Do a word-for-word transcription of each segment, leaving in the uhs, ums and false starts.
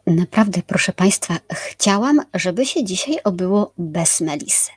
Naprawdę, proszę Państwa, chciałam, żeby się dzisiaj obyło bez Melisy.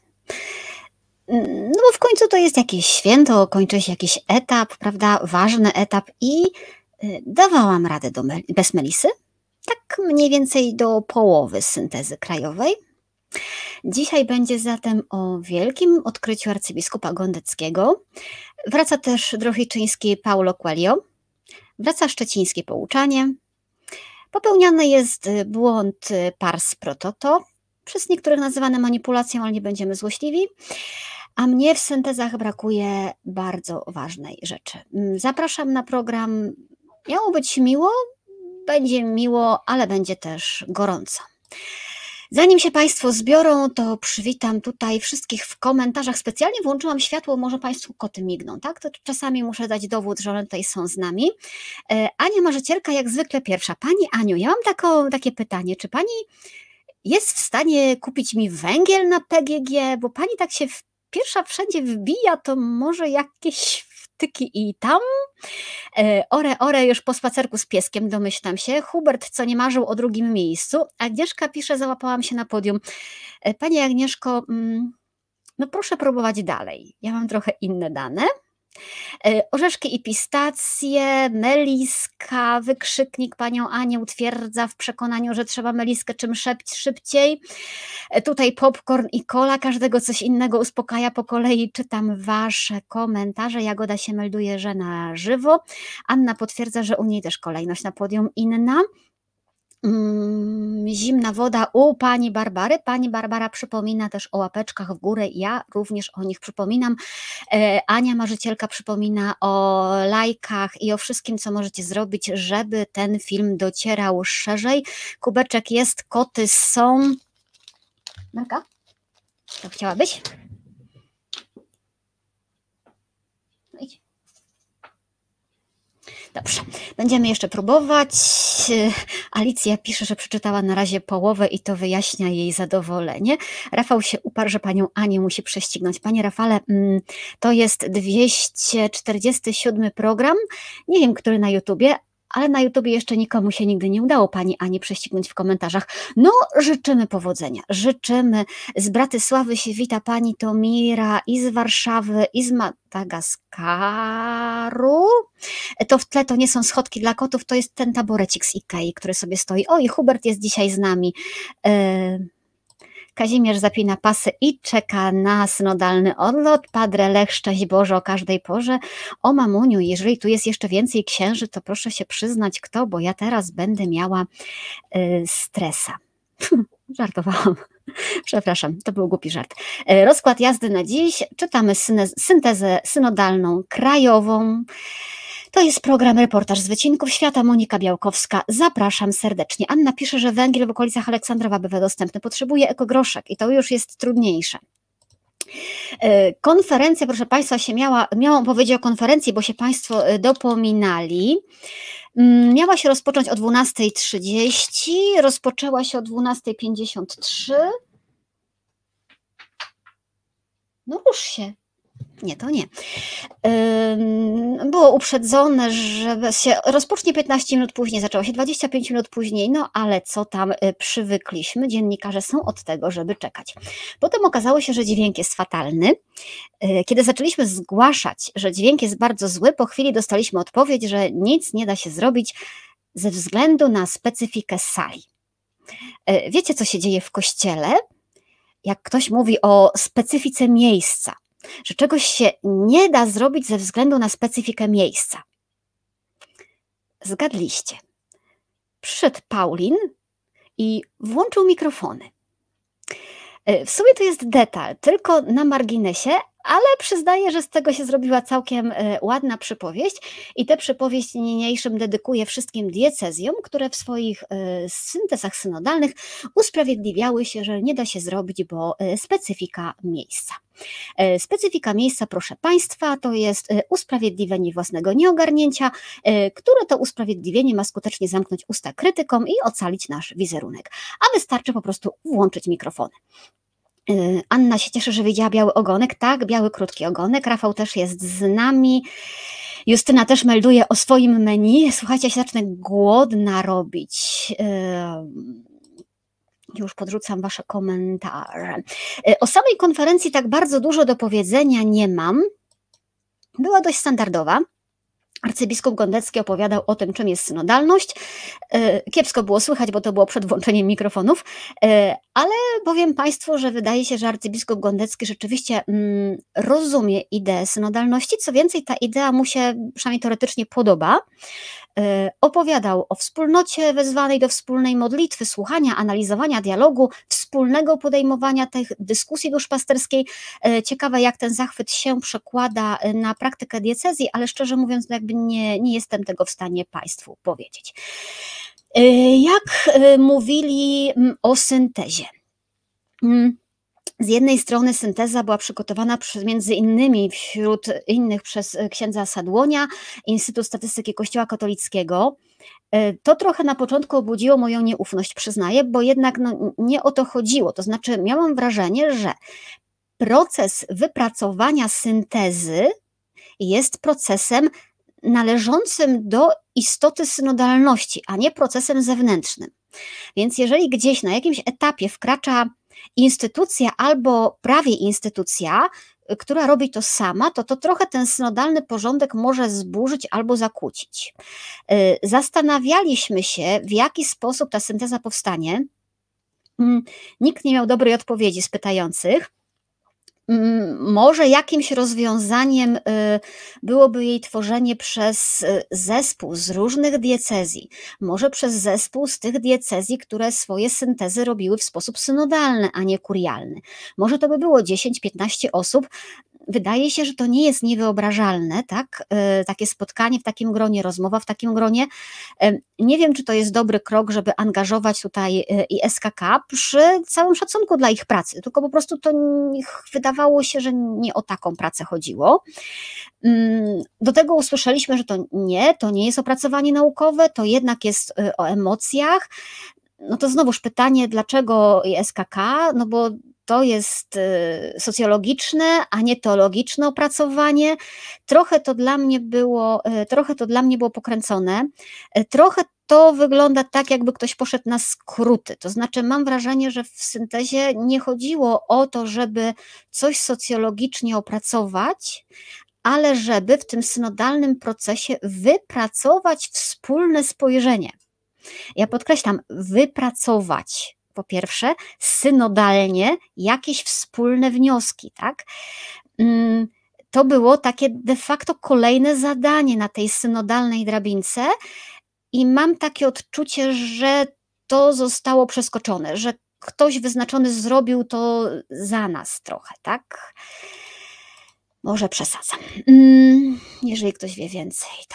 Mm, No bo w końcu to jest jakieś święto, kończy się jakiś etap, prawda, ważny etap i y, dawałam radę do Mel- bez Melisy, tak mniej więcej do połowy syntezy krajowej. Dzisiaj będzie zatem o wielkim odkryciu arcybiskupa Gondeckiego. Wraca też drohiczyński Paulo Coelho, wraca szczecińskie pouczanie. Popełniany jest y, błąd y, pars pro toto, przez niektórych nazywany manipulacją, ale nie będziemy złośliwi. A mnie w syntezach brakuje bardzo ważnej rzeczy. Mm, Zapraszam na program. Miało być miło, będzie miło, ale będzie też gorąco. Zanim się Państwo zbiorą, to przywitam tutaj wszystkich w komentarzach. Specjalnie włączyłam światło, może Państwu koty migną, tak? To czasami muszę dać dowód, że one tutaj są z nami. E, Ania Marzycielka jak zwykle pierwsza. Pani Aniu, ja mam taką, takie pytanie, czy Pani jest w stanie kupić mi węgiel na P G G, bo Pani tak się w, pierwsza wszędzie wbija, to może jakieś wtyki i tam? E, Ore, ore, już po spacerku z pieskiem, domyślam się. Hubert, co nie marzył o drugim miejscu. Agnieszka pisze, załapałam się na podium. E, Pani Agnieszko, mm, no proszę próbować dalej. Ja mam trochę inne dane. E, Orzeszki i pistacje, meliska, wykrzyknik panią Anię utwierdza w przekonaniu, że trzeba meliskę czym szep- szybciej. E, Tutaj popcorn i cola, każdego coś innego uspokaja po kolei. Czytam wasze komentarze. Jagoda się melduje, że na żywo. Anna potwierdza, że u niej też kolejność na podium inna. Mm, Zimna woda u pani Barbary. Pani Barbara przypomina też o łapeczkach w górę. Ja również o nich przypominam. E, Ania Marzycielka przypomina o lajkach i o wszystkim, co możecie zrobić, żeby ten film docierał szerzej. Kubeczek jest, koty są. Marka? To chciałabyś? No idź. Dobrze, będziemy jeszcze próbować. E, Alicja pisze, że przeczytała na razie połowę i to wyjaśnia jej zadowolenie. Rafał się uparł, że panią Anię musi prześcignąć. Panie Rafale, mm, to jest dwieście czterdziesty siódmy program. Nie wiem, który na YouTubie, ale na YouTubie jeszcze nikomu się nigdy nie udało pani Ani prześcignąć w komentarzach. No, życzymy powodzenia. Życzymy. Z Bratysławy się wita pani Tomira i z Warszawy, i z Madagaskaru. To w tle to nie są schodki dla kotów, to jest ten taborecik z Ikei, który sobie stoi. O, i Hubert jest dzisiaj z nami. E, Kazimierz zapina pasy i czeka na synodalny odlot. Padre Lech, szczęść Boże o każdej porze. O mamuniu, jeżeli tu jest jeszcze więcej księży, to proszę się przyznać kto, bo ja teraz będę miała e, stresa. Żartowałam. Przepraszam, to był głupi żart. E, Rozkład jazdy na dziś. Czytamy syne- syntezę synodalną krajową. To jest program Reportaż z Wycinków Świata. Monika Białkowska. Zapraszam serdecznie. Anna pisze, że węgiel w okolicach Aleksandrowa bywa dostępny. Potrzebuje ekogroszek i to już jest trudniejsze. E, Konferencja, proszę Państwa, się miała, miałam powiedzieć o konferencji, bo się Państwo e, dopominali. Mm, Miała się rozpocząć o dwunasta trzydzieści, rozpoczęła się o dwunasta pięćdziesiąt trzy. No rusz się. Nie, to nie. Ym, Było uprzedzone, że się rozpocznie piętnaście minut później, zaczęło się dwadzieścia pięć minut później, no ale co tam, y, przywykliśmy, dziennikarze są od tego, żeby czekać. Potem okazało się, że dźwięk jest fatalny. Y, Kiedy zaczęliśmy zgłaszać, że dźwięk jest bardzo zły, po chwili dostaliśmy odpowiedź, że nic nie da się zrobić ze względu na specyfikę sali. Y, Wiecie, co się dzieje w kościele? Jak ktoś mówi o specyfice miejsca, że czegoś się nie da zrobić ze względu na specyfikę miejsca. Zgadliście. Przyszedł Paulin i włączył mikrofony. E, W sumie to jest detal, tylko na marginesie, ale przyznaję, że z tego się zrobiła całkiem e, ładna przypowieść i tę przypowieść niniejszym dedykuję wszystkim diecezjom, które w swoich e, syntezach synodalnych usprawiedliwiały się, że nie da się zrobić, bo e, specyfika miejsca. E, Specyfika miejsca, proszę Państwa, to jest e, usprawiedliwienie własnego nieogarnięcia, e, które to usprawiedliwienie ma skutecznie zamknąć usta krytykom i ocalić nasz wizerunek. A wystarczy po prostu włączyć mikrofony. Y, Anna się cieszy, że widziała biały ogonek. Tak, biały krótki ogonek. Rafał też jest z nami. Justyna też melduje o swoim menu. Słuchajcie, ja się zacznę głodna robić. powiedzieć, em, już podrzucam Wasze komentarze. E, O samej konferencji tak bardzo dużo do powiedzenia nie mam. Była dość standardowa. Arcybiskup Gondecki opowiadał o tym, czym jest synodalność. E, Kiepsko było słychać, bo to było przed włączeniem mikrofonów, E, ale powiem Państwu, że wydaje się, że arcybiskup Gondecki rzeczywiście mm, rozumie ideę synodalności. Co więcej, ta idea mu się przynajmniej teoretycznie podoba. E, Opowiadał o wspólnocie wezwanej do wspólnej modlitwy, słuchania, analizowania, dialogu, wspólnego podejmowania tych dyskusji duszpasterskiej. E, Ciekawe, jak ten zachwyt się przekłada e, na praktykę diecezji, ale szczerze mówiąc, no jakby nie, nie jestem tego w stanie Państwu powiedzieć. E, Jak e, mówili mm, o syntezie? Mm, Z jednej strony synteza była przygotowana przez, między innymi wśród innych przez e, księdza Sadłonia, Instytut Statystyki Kościoła Katolickiego. E, To trochę na początku obudziło moją nieufność, przyznaję, bo jednak no, nie o to chodziło. To znaczy, miałam wrażenie, że proces wypracowania syntezy jest procesem należącym do istoty synodalności, a nie procesem zewnętrznym. Więc jeżeli gdzieś na jakimś etapie wkracza instytucja albo prawie instytucja, y, która robi to sama, to to trochę ten synodalny porządek może zburzyć albo zakłócić. Y, Zastanawialiśmy się, w jaki sposób ta synteza powstanie. Mm, Nikt nie miał dobrej odpowiedzi z pytających. Mm, Może jakimś rozwiązaniem y, byłoby jej tworzenie przez y, zespół z różnych diecezji, może przez zespół z tych diecezji, które swoje syntezy robiły w sposób synodalny, a nie kurialny. Może to by było dziesięć piętnaście osób. Wydaje się, że to nie jest niewyobrażalne, tak? Y, Takie spotkanie w takim gronie, rozmowa w takim gronie. Y, Nie wiem, czy to jest dobry krok, żeby angażować tutaj y, i S K K przy całym szacunku dla ich pracy, tylko po prostu to nie- wydawało się, że nie o taką pracę chodziło. Mm, Do tego usłyszeliśmy, że to nie, to nie jest opracowanie naukowe, to jednak jest y, o emocjach. No to znowuż pytanie, dlaczego i S K K? No bo to jest y, socjologiczne, a nie teologiczne opracowanie. Trochę to dla mnie było, y, trochę to dla mnie było pokręcone. Y, Trochę to wygląda tak, jakby ktoś poszedł na skróty. To znaczy, mam wrażenie, że w syntezie nie chodziło o to, żeby coś socjologicznie opracować, ale żeby w tym synodalnym procesie wypracować wspólne spojrzenie. Ja podkreślam, wypracować po pierwsze synodalnie jakieś wspólne wnioski, tak? Mm, To było takie de facto kolejne zadanie na tej synodalnej drabince i mam takie odczucie, że to zostało przeskoczone, że ktoś wyznaczony zrobił to za nas trochę, tak? Może przesadzam. Mm, Jeżeli ktoś wie więcej, to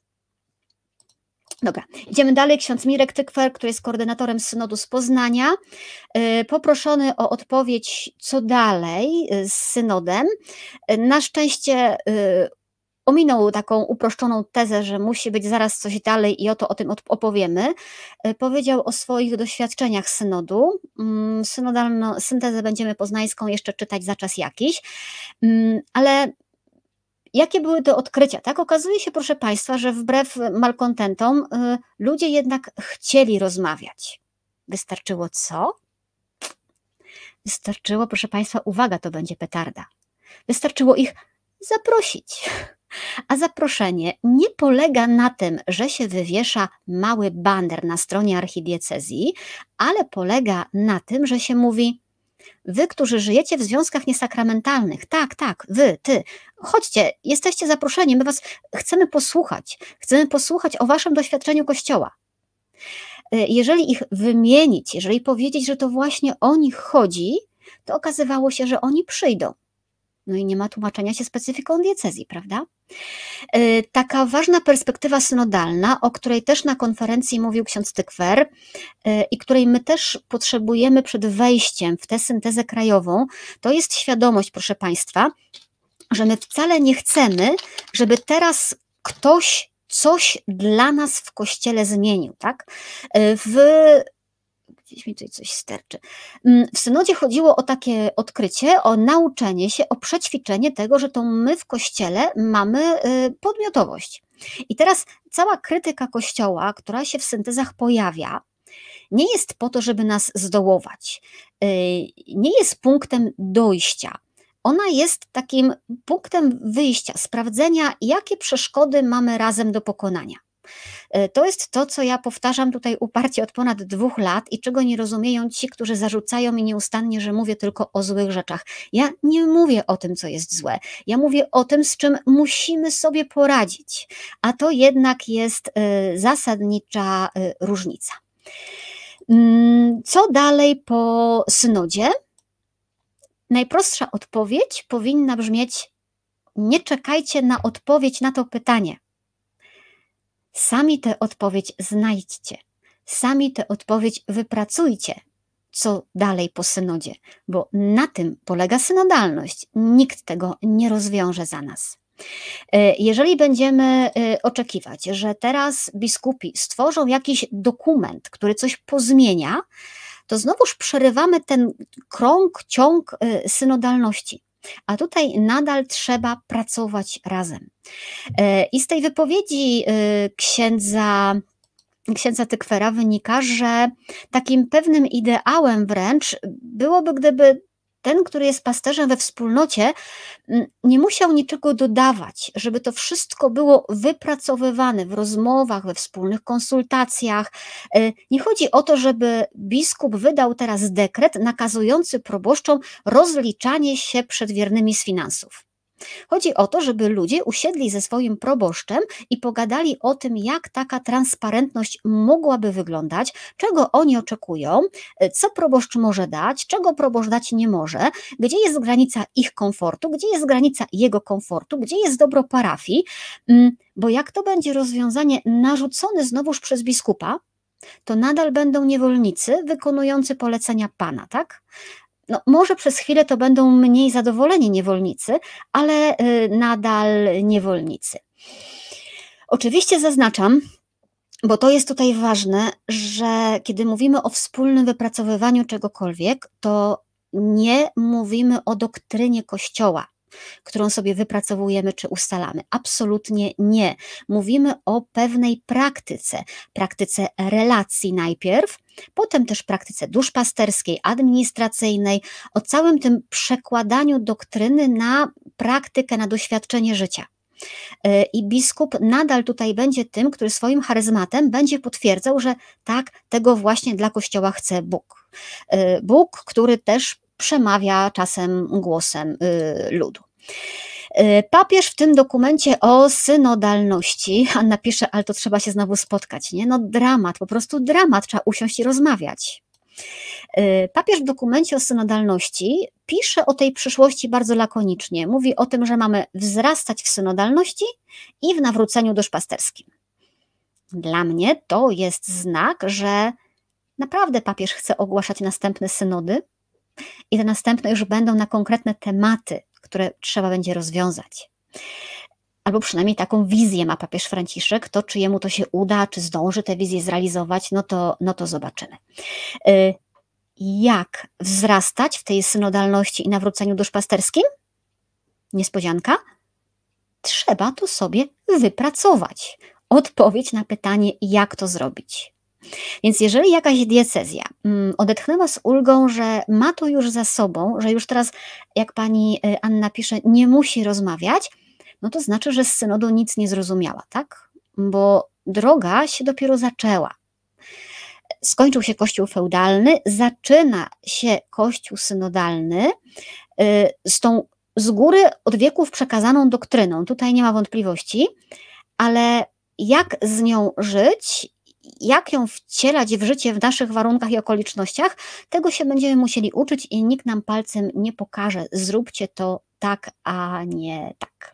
dobra, idziemy dalej. Ksiądz Mirek Tykwer, który jest koordynatorem synodu z Poznania, y, poproszony o odpowiedź, co dalej y, z synodem. Y, Na szczęście y, ominął taką uproszczoną tezę, że musi być zaraz coś dalej i oto o tym od- opowiemy. Y, Powiedział o swoich doświadczeniach synodu. Mm, Synodalną syntezę będziemy poznańską jeszcze czytać za czas jakiś, Mm, ale jakie były te odkrycia? Tak, okazuje się, proszę Państwa, że wbrew malkontentom y, ludzie jednak chcieli rozmawiać. Wystarczyło co? Wystarczyło, proszę Państwa, uwaga, to będzie petarda. Wystarczyło ich zaprosić. A zaproszenie nie polega na tym, że się wywiesza mały baner na stronie archidiecezji, ale polega na tym, że się mówi: wy, którzy żyjecie w związkach niesakramentalnych, tak, tak, wy, ty, chodźcie, jesteście zaproszeni, my was chcemy posłuchać, chcemy posłuchać o waszym doświadczeniu Kościoła. Y, Jeżeli ich wymienić, jeżeli powiedzieć, że to właśnie o nich chodzi, to okazywało się, że oni przyjdą. No i nie ma tłumaczenia się specyfiką diecezji, prawda? Y, Taka ważna perspektywa synodalna, o której też na konferencji mówił ksiądz Tykwer y, i której my też potrzebujemy przed wejściem w tę syntezę krajową, to jest świadomość, proszę Państwa, że my wcale nie chcemy, żeby teraz ktoś coś dla nas w Kościele zmienił, tak? Y, W Gdzieś mi tutaj coś sterczy. Mm, W synodzie chodziło o takie odkrycie, o nauczenie się, o przećwiczenie tego, że to my w Kościele mamy y, podmiotowość. I teraz cała krytyka Kościoła, która się w syntezach pojawia, nie jest po to, żeby nas zdołować, nie jest punktem dojścia. Ona jest takim punktem wyjścia, sprawdzenia, jakie przeszkody mamy razem do pokonania. To jest to, co ja powtarzam tutaj uparcie od ponad dwóch lat i czego nie rozumieją ci, którzy zarzucają mi nieustannie, że mówię tylko o złych rzeczach. Ja nie mówię o tym, co jest złe. Ja mówię o tym, z czym musimy sobie poradzić. A to jednak jest y, zasadnicza y, różnica. Mm, Co dalej po synodzie? Najprostsza odpowiedź powinna brzmieć: nie czekajcie na odpowiedź na to pytanie. Sami tę odpowiedź znajdźcie, sami tę odpowiedź wypracujcie, co dalej po synodzie, bo na tym polega synodalność. Nikt tego nie rozwiąże za nas. Jeżeli będziemy oczekiwać, że teraz biskupi stworzą jakiś dokument, który coś pozmienia, to znowuż przerywamy ten krąg, ciąg synodalności. A tutaj nadal trzeba pracować razem. I z tej wypowiedzi księdza, księdza Tykwera wynika, że takim pewnym ideałem wręcz byłoby, gdyby ten, który jest pasterzem we wspólnocie, nie musiał niczego dodawać, żeby to wszystko było wypracowywane w rozmowach, we wspólnych konsultacjach. Nie chodzi o to, żeby biskup wydał teraz dekret nakazujący proboszczom rozliczanie się przed wiernymi z finansów. Chodzi o to, żeby ludzie usiedli ze swoim proboszczem i pogadali o tym, jak taka transparentność mogłaby wyglądać, czego oni oczekują, co proboszcz może dać, czego proboszcz dać nie może, gdzie jest granica ich komfortu, gdzie jest granica jego komfortu, gdzie jest dobro parafii, bo jak to będzie rozwiązanie narzucone znowuż przez biskupa, to nadal będą niewolnicy wykonujący polecenia Pana, tak? No, może przez chwilę to będą mniej zadowoleni niewolnicy, ale nadal niewolnicy. Oczywiście zaznaczam, bo to jest tutaj ważne, że kiedy mówimy o wspólnym wypracowywaniu czegokolwiek, to nie mówimy o doktrynie Kościoła, którą sobie wypracowujemy czy ustalamy. Absolutnie nie. Mówimy o pewnej praktyce, praktyce relacji najpierw, potem też praktyce duszpasterskiej, administracyjnej, o całym tym przekładaniu doktryny na praktykę, na doświadczenie życia. I biskup nadal tutaj będzie tym, który swoim charyzmatem będzie potwierdzał, że tak, tego właśnie dla Kościoła chce Bóg. Bóg, który też przemawia czasem głosem ludu. Papież w tym dokumencie o synodalności, Anna pisze, ale to trzeba się znowu spotkać, nie? No dramat, po prostu dramat, trzeba usiąść i rozmawiać. Papież w dokumencie o synodalności pisze o tej przyszłości bardzo lakonicznie. Mówi o tym, że mamy wzrastać w synodalności i w nawróceniu duszpasterskim. Dla mnie to jest znak, że naprawdę papież chce ogłaszać następne synody i te następne już będą na konkretne tematy, które trzeba będzie rozwiązać. Albo przynajmniej taką wizję ma papież Franciszek. To, czy jemu to się uda, czy zdąży tę wizję zrealizować, no to, no to zobaczymy. Jak wzrastać w tej synodalności i nawróceniu duszpasterskim? Niespodzianka. Trzeba to sobie wypracować. Odpowiedź na pytanie, jak to zrobić. Więc jeżeli jakaś diecezja odetchnęła z ulgą, że ma to już za sobą, że już teraz, jak pani Anna pisze, nie musi rozmawiać, no to znaczy, że z synodu nic nie zrozumiała, tak? Bo droga się dopiero zaczęła. Skończył się Kościół feudalny, zaczyna się Kościół synodalny z tą z góry od wieków przekazaną doktryną. Tutaj nie ma wątpliwości, ale jak z nią żyć, jak ją wcielać w życie w naszych warunkach i okolicznościach, tego się będziemy musieli uczyć i nikt nam palcem nie pokaże. Zróbcie to tak, a nie tak.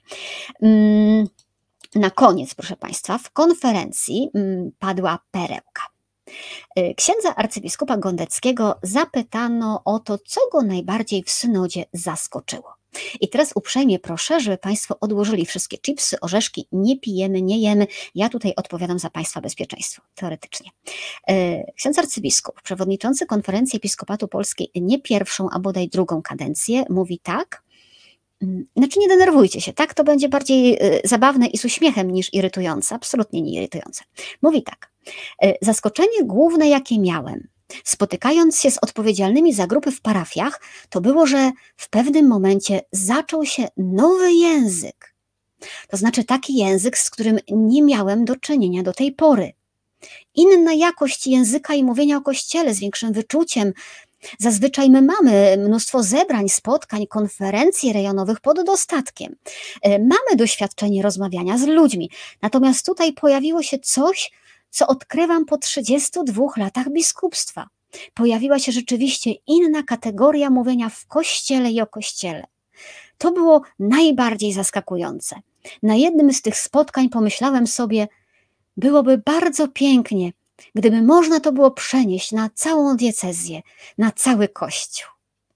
Na koniec, proszę Państwa, w konferencji padła perełka. Księdza arcybiskupa Gondeckiego zapytano o to, co go najbardziej w synodzie zaskoczyło. I teraz uprzejmie proszę, żeby Państwo odłożyli wszystkie chipsy, orzeszki, nie pijemy, nie jemy. Ja tutaj odpowiadam za Państwa bezpieczeństwo, teoretycznie. Ksiądz arcybiskup, przewodniczący Konferencji Episkopatu Polskiej nie pierwszą, a bodaj drugą kadencję, mówi tak: Mm, Znaczy nie denerwujcie się, tak? To będzie bardziej y, zabawne i z uśmiechem niż irytujące, absolutnie nie irytujące. Mówi tak. y, Zaskoczenie główne, jakie miałem, spotykając się z odpowiedzialnymi za grupy w parafiach, to było, że w pewnym momencie zaczął się nowy język. To znaczy taki język, z którym nie miałem do czynienia do tej pory. Inna jakość języka i mówienia o Kościele z większym wyczuciem. Zazwyczaj my mamy mnóstwo zebrań, spotkań, konferencji rejonowych pod dostatkiem. E, Mamy doświadczenie rozmawiania z ludźmi. Natomiast tutaj pojawiło się coś, co odkrywam po trzydziestu dwóch latach biskupstwa. Pojawiła się rzeczywiście inna kategoria mówienia w Kościele i o Kościele. To było najbardziej zaskakujące. Na jednym z tych spotkań pomyślałem sobie, byłoby bardzo pięknie, gdyby można to było przenieść na całą diecezję, na cały Kościół.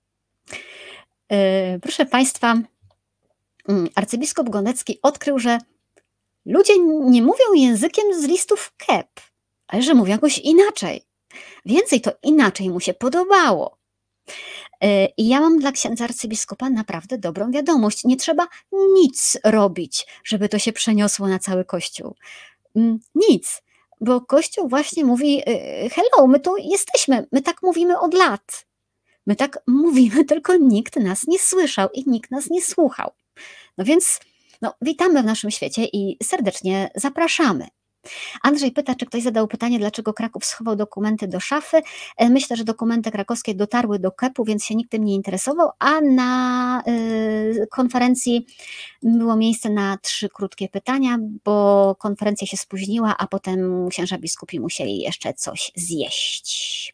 Yy, Proszę Państwa, mm, arcybiskup Gondecki odkrył, że ludzie nie mówią językiem z listów K E P, ale że mówią jakoś inaczej. Więcej, to inaczej mu się podobało. Yy, I ja mam dla księdza arcybiskupa naprawdę dobrą wiadomość. Nie trzeba nic robić, żeby to się przeniosło na cały Kościół. Mm, Nic, bo Kościół właśnie mówi: y, hello, my tu jesteśmy, my tak mówimy od lat. My tak mówimy, tylko nikt nas nie słyszał i nikt nas nie słuchał. No więc no, witamy w naszym świecie i serdecznie zapraszamy. Andrzej pyta, czy ktoś zadał pytanie, dlaczego Kraków schował dokumenty do szafy. E, Myślę, że dokumenty krakowskie dotarły do K E P-u, więc się nikt tym nie interesował, a na y, konferencji było miejsce na trzy krótkie pytania, bo konferencja się spóźniła, a potem księża biskupi musieli jeszcze coś zjeść.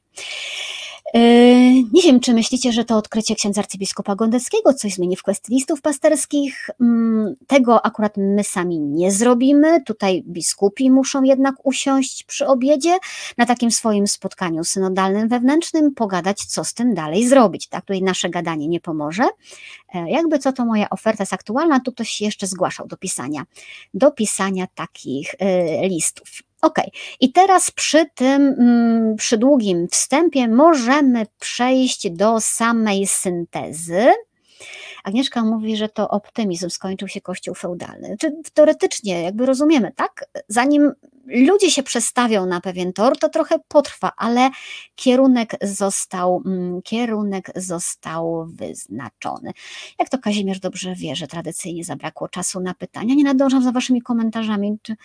Yy, Nie wiem, czy myślicie, że to odkrycie księdza arcybiskupa Gondeckiego coś zmieni w kwestii listów pasterskich. Mm, Tego akurat my sami nie zrobimy. Tutaj biskupi muszą jednak usiąść przy obiedzie na takim swoim spotkaniu synodalnym wewnętrznym, pogadać, co z tym dalej zrobić. Tak, tutaj nasze gadanie nie pomoże. E, Jakby co, to moja oferta jest aktualna, tu ktoś się jeszcze zgłaszał do pisania, do pisania takich y, listów. Ok, i teraz przy tym, mm, przy długim wstępie możemy przejść do samej syntezy. Agnieszka mówi, że to optymizm, skończył się kościół feudalny. Czy teoretycznie jakby rozumiemy, tak? Zanim ludzie się przestawią na pewien tor, to trochę potrwa, ale kierunek został, mm, kierunek został wyznaczony. Jak to Kazimierz dobrze wie, że tradycyjnie zabrakło czasu na pytania. Nie nadążam za waszymi komentarzami. Czy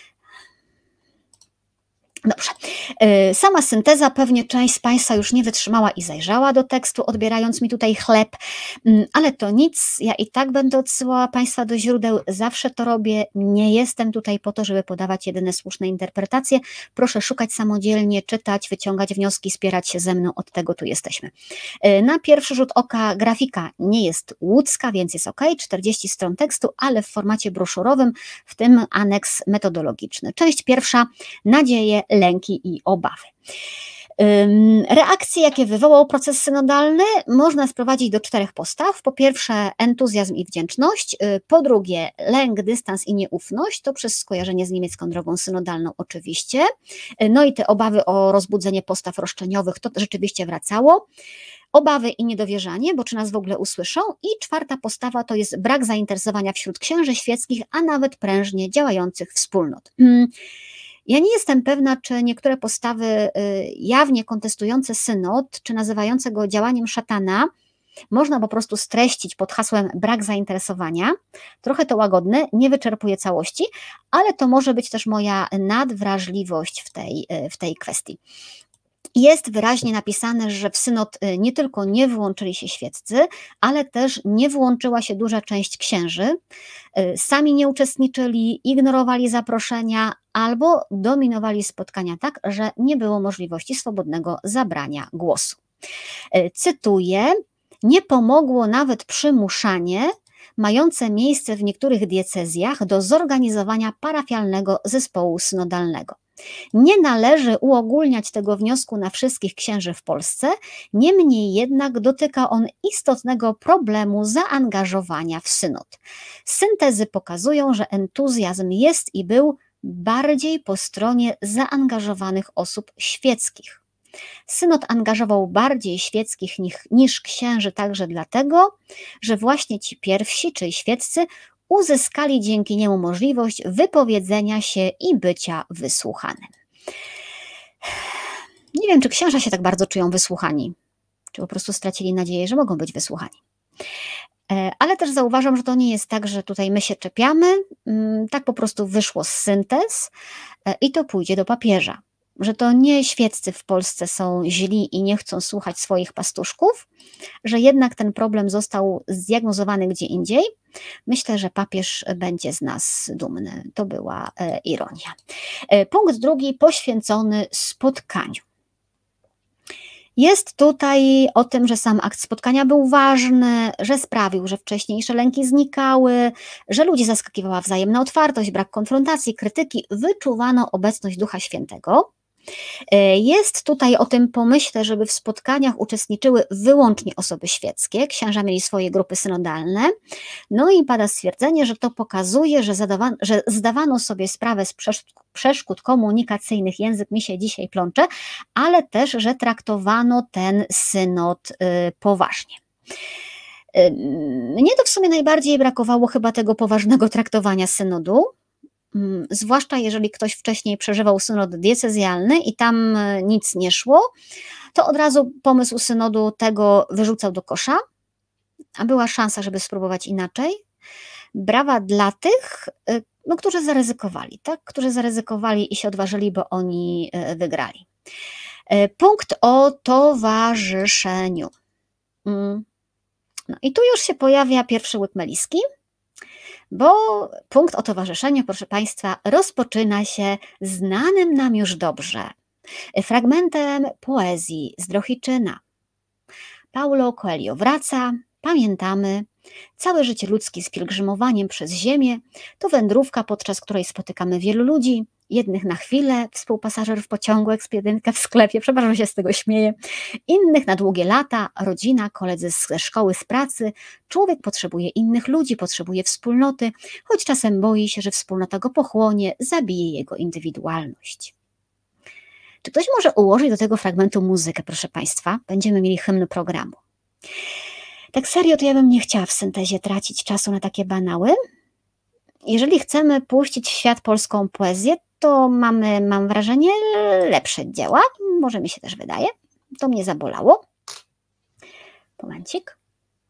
Dobrze. Y, Sama synteza, pewnie część z Państwa już nie wytrzymała i zajrzała do tekstu, odbierając mi tutaj chleb, Mm, ale to nic, ja i tak będę odsyłała Państwa do źródeł, zawsze to robię, nie jestem tutaj po to, żeby podawać jedyne słuszne interpretacje, proszę szukać samodzielnie, czytać, wyciągać wnioski, spierać się ze mną, od tego tu jesteśmy. Y, Na pierwszy rzut oka grafika nie jest łódzka, więc jest ok, czterdzieści stron tekstu, ale w formacie broszurowym, w tym aneks metodologiczny. Część pierwsza, nadzieje, lęki i obawy. Ym, Reakcje, jakie wywołał proces synodalny, można sprowadzić do czterech postaw. Po pierwsze, entuzjazm i wdzięczność. y, Po drugie, lęk, dystans i nieufność. To przez skojarzenie z niemiecką drogą synodalną oczywiście. Y, No i te obawy o rozbudzenie postaw roszczeniowych, to rzeczywiście wracało. Obawy i niedowierzanie, bo czy nas w ogóle usłyszą. I czwarta postawa to jest brak zainteresowania wśród księży świeckich, a nawet prężnie działających wspólnot. Mm, Ja nie jestem pewna, czy niektóre postawy y, jawnie kontestujące synod, czy nazywające go działaniem szatana, można po prostu streścić pod hasłem brak zainteresowania. Trochę to łagodne, nie wyczerpuje całości, ale to może być też moja nadwrażliwość w tej, y, w tej kwestii. Jest wyraźnie napisane, że w synod y, nie tylko nie włączyli się świeccy, ale też nie włączyła się duża część księży. Y, Sami nie uczestniczyli, ignorowali zaproszenia albo dominowali spotkania tak, że nie było możliwości swobodnego zabrania głosu. Y, Cytuję: nie pomogło nawet przymuszanie mające miejsce w niektórych diecezjach do zorganizowania parafialnego zespołu synodalnego. Nie należy uogólniać tego wniosku na wszystkich księży w Polsce, niemniej jednak dotyka on istotnego problemu zaangażowania w synod. Syntezy pokazują, że entuzjazm jest i był bardziej po stronie zaangażowanych osób świeckich. Synod angażował bardziej świeckich niż, niż księży także dlatego, że właśnie ci pierwsi, czyli świeccy, uzyskali dzięki niemu możliwość wypowiedzenia się i bycia wysłuchanym. Nie wiem, czy księża się tak bardzo czują wysłuchani, czy po prostu stracili nadzieję, że mogą być wysłuchani. Ale też zauważam, że to nie jest tak, że tutaj my się czepiamy, tak po prostu wyszło z syntez i to pójdzie do papieża. Że to nie świeccy w Polsce są źli i nie chcą słuchać swoich pastuszków, że jednak ten problem został zdiagnozowany gdzie indziej. Myślę, że papież będzie z nas dumny. To była ironia. Punkt drugi poświęcony spotkaniu. Jest tutaj o tym, że sam akt spotkania był ważny, że sprawił, że wcześniejsze lęki znikały, że ludzi zaskakiwała wzajemna otwartość, brak konfrontacji, krytyki, wyczuwano obecność Ducha Świętego. Jest tutaj o tym pomyśle, żeby w spotkaniach uczestniczyły wyłącznie osoby świeckie, księża mieli swoje grupy synodalne, no i pada stwierdzenie, że to pokazuje, że, zadawano, że zdawano sobie sprawę z przeszkód komunikacyjnych, język mi się dzisiaj plącze, ale też, że traktowano ten synod poważnie. Mnie to w sumie najbardziej brakowało chyba tego poważnego traktowania synodu, zwłaszcza jeżeli ktoś wcześniej przeżywał synod diecezjalny i tam nic nie szło, to od razu pomysł synodu tego wyrzucał do kosza, a była szansa, żeby spróbować inaczej. Brawa dla tych, no, którzy zaryzykowali, tak? którzy zaryzykowali i się odważyli, bo oni wygrali. Punkt o towarzyszeniu. No i tu już się pojawia pierwszy łyk meliski, bo punkt o towarzyszeniu, proszę Państwa, rozpoczyna się znanym nam już dobrze fragmentem poezji z Drohiczyna. Paulo Coelho wraca, pamiętamy, całe życie ludzkie z pielgrzymowaniem przez ziemię to wędrówka, podczas której spotykamy wielu ludzi, jednych na chwilę, współpasażerów pociągu, ekspedientka w sklepie, przepraszam, się z tego śmieję, innych na długie lata, rodzina, koledzy ze szkoły, z pracy. Człowiek potrzebuje innych ludzi, potrzebuje wspólnoty, choć czasem boi się, że wspólnota go pochłonie, zabije jego indywidualność. Czy ktoś może ułożyć do tego fragmentu muzykę, proszę Państwa? Będziemy mieli hymn programu. Tak serio, to ja bym nie chciała w syntezie tracić czasu na takie banały. Jeżeli chcemy puścić w świat polską poezję, to mamy, mam wrażenie, lepsze dzieła. Może mi się też wydaje. To mnie zabolało. Momencik.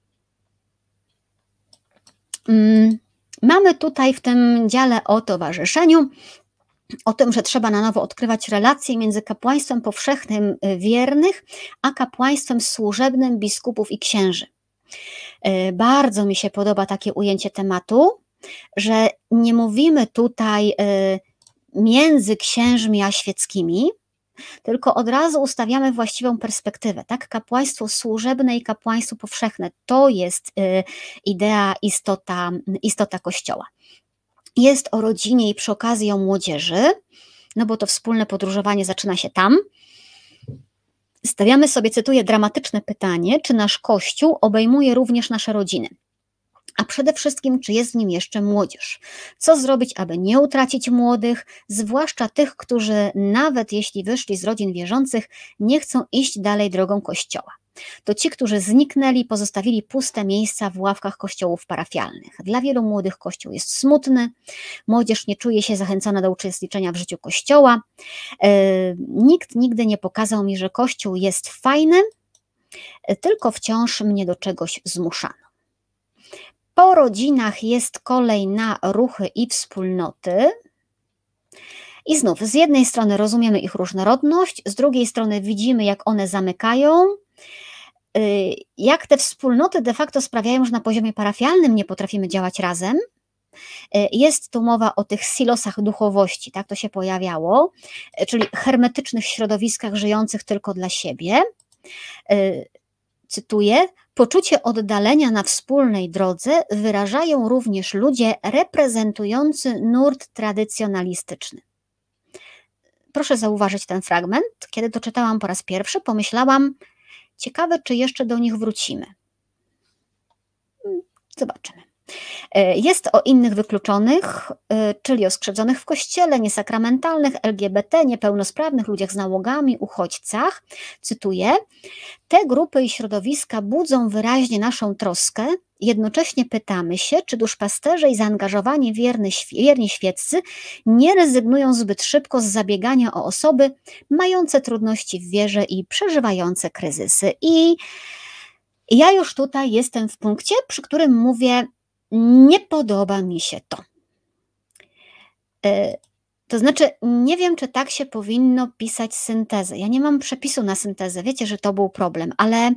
Mamy tutaj w tym dziale o towarzyszeniu, o tym, że trzeba na nowo odkrywać relacje między kapłaństwem powszechnym wiernych, a kapłaństwem służebnym biskupów i księży. Bardzo mi się podoba takie ujęcie tematu, że nie mówimy tutaj między księżmi a świeckimi, tylko od razu ustawiamy właściwą perspektywę. Tak? Kapłaństwo służebne i kapłaństwo powszechne to jest idea, istota, istota Kościoła. Jest o rodzinie i przy okazji o młodzieży, no bo to wspólne podróżowanie zaczyna się tam. Stawiamy sobie, cytuję, dramatyczne pytanie, czy nasz Kościół obejmuje również nasze rodziny? A przede wszystkim, czy jest w nim jeszcze młodzież? Co zrobić, aby nie utracić młodych, zwłaszcza tych, którzy nawet jeśli wyszli z rodzin wierzących, nie chcą iść dalej drogą Kościoła? To ci, którzy zniknęli, pozostawili puste miejsca w ławkach kościołów parafialnych. Dla wielu młodych Kościół jest smutny, młodzież nie czuje się zachęcona do uczestniczenia w życiu Kościoła. Nikt nigdy nie pokazał mi, że Kościół jest fajny, tylko wciąż mnie do czegoś zmuszano. Po rodzinach jest kolej na ruchy i wspólnoty. I znów, z jednej strony rozumiemy ich różnorodność, z drugiej strony widzimy, jak one zamykają, jak te wspólnoty de facto sprawiają, że na poziomie parafialnym nie potrafimy działać razem. Jest tu mowa o tych silosach duchowości, tak to się pojawiało, czyli hermetycznych środowiskach żyjących tylko dla siebie. Cytuję, poczucie oddalenia na wspólnej drodze wyrażają również ludzie reprezentujący nurt tradycjonalistyczny. Proszę zauważyć ten fragment. Kiedy to czytałam po raz pierwszy, pomyślałam, ciekawe, czy jeszcze do nich wrócimy. Zobaczymy. E, Jest o innych wykluczonych, e, czyli o skrzywdzonych w kościele, niesakramentalnych, L G B T, niepełnosprawnych, ludziach z nałogami, uchodźcach. Cytuję: te grupy i środowiska budzą wyraźnie naszą troskę. Jednocześnie pytamy się, czy duszpasterze i zaangażowani wierny, wierni świeccy nie rezygnują zbyt szybko z zabiegania o osoby mające trudności w wierze i przeżywające kryzysy. I ja już tutaj jestem w punkcie, przy którym mówię, nie podoba mi się to. E, To znaczy, nie wiem, czy tak się powinno pisać syntezę. Ja nie mam przepisu na syntezę, wiecie, że to był problem, ale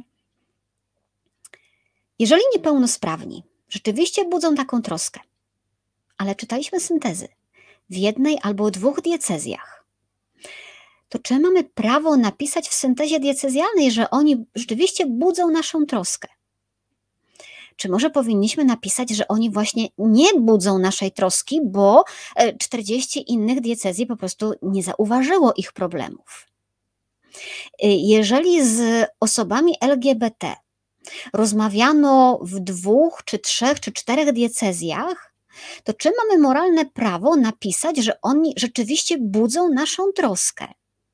jeżeli niepełnosprawni rzeczywiście budzą taką troskę, ale czytaliśmy syntezy w jednej albo dwóch diecezjach, to czy mamy prawo napisać w syntezie diecezjalnej, że oni rzeczywiście budzą naszą troskę? Czy może powinniśmy napisać, że oni właśnie nie budzą naszej troski, bo czterdzieści innych diecezji po prostu nie zauważyło ich problemów? Jeżeli z osobami L G B T rozmawiano w dwóch, czy trzech, czy czterech diecezjach, to czy mamy moralne prawo napisać, że oni rzeczywiście budzą naszą troskę?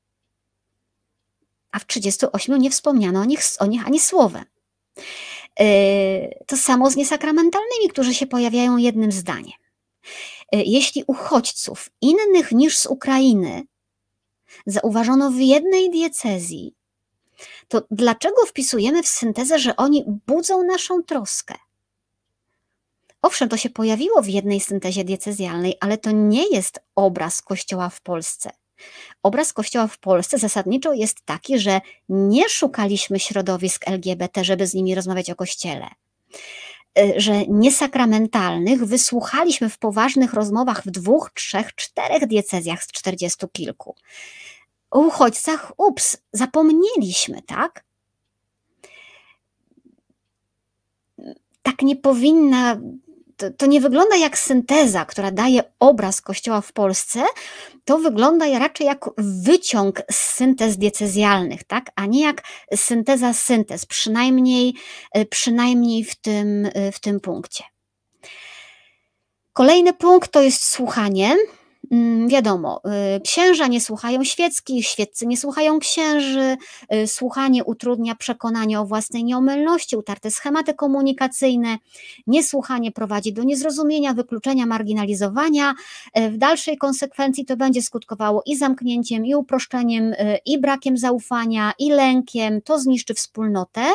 A w trzydziestu ośmiu nie wspomniano o nich, o nich ani słowem. To samo z niesakramentalnymi, którzy się pojawiają jednym zdaniem. Jeśli uchodźców innych niż z Ukrainy zauważono w jednej diecezji, to dlaczego wpisujemy w syntezę, że oni budzą naszą troskę? Owszem, to się pojawiło w jednej syntezie diecezjalnej, ale to nie jest obraz Kościoła w Polsce. Obraz Kościoła w Polsce zasadniczo jest taki, że nie szukaliśmy środowisk L G B T, żeby z nimi rozmawiać o Kościele. Że niesakramentalnych wysłuchaliśmy w poważnych rozmowach w dwóch, trzech, czterech diecezjach z czterdziestu kilku. O uchodźcach, ups, zapomnieliśmy, tak? Tak nie powinna, to, to nie wygląda jak synteza, która daje obraz Kościoła w Polsce, to wygląda raczej jak wyciąg z syntez diecezjalnych, tak? A nie jak synteza syntez, przynajmniej, przynajmniej w tym, w tym punkcie. Kolejny punkt to jest słuchanie. Wiadomo, księża nie słuchają świeckich, świeccy nie słuchają księży, słuchanie utrudnia przekonanie o własnej nieomylności, utarte schematy komunikacyjne, niesłuchanie prowadzi do niezrozumienia, wykluczenia, marginalizowania. W dalszej konsekwencji to będzie skutkowało i zamknięciem, i uproszczeniem, i brakiem zaufania, i lękiem, to zniszczy wspólnotę.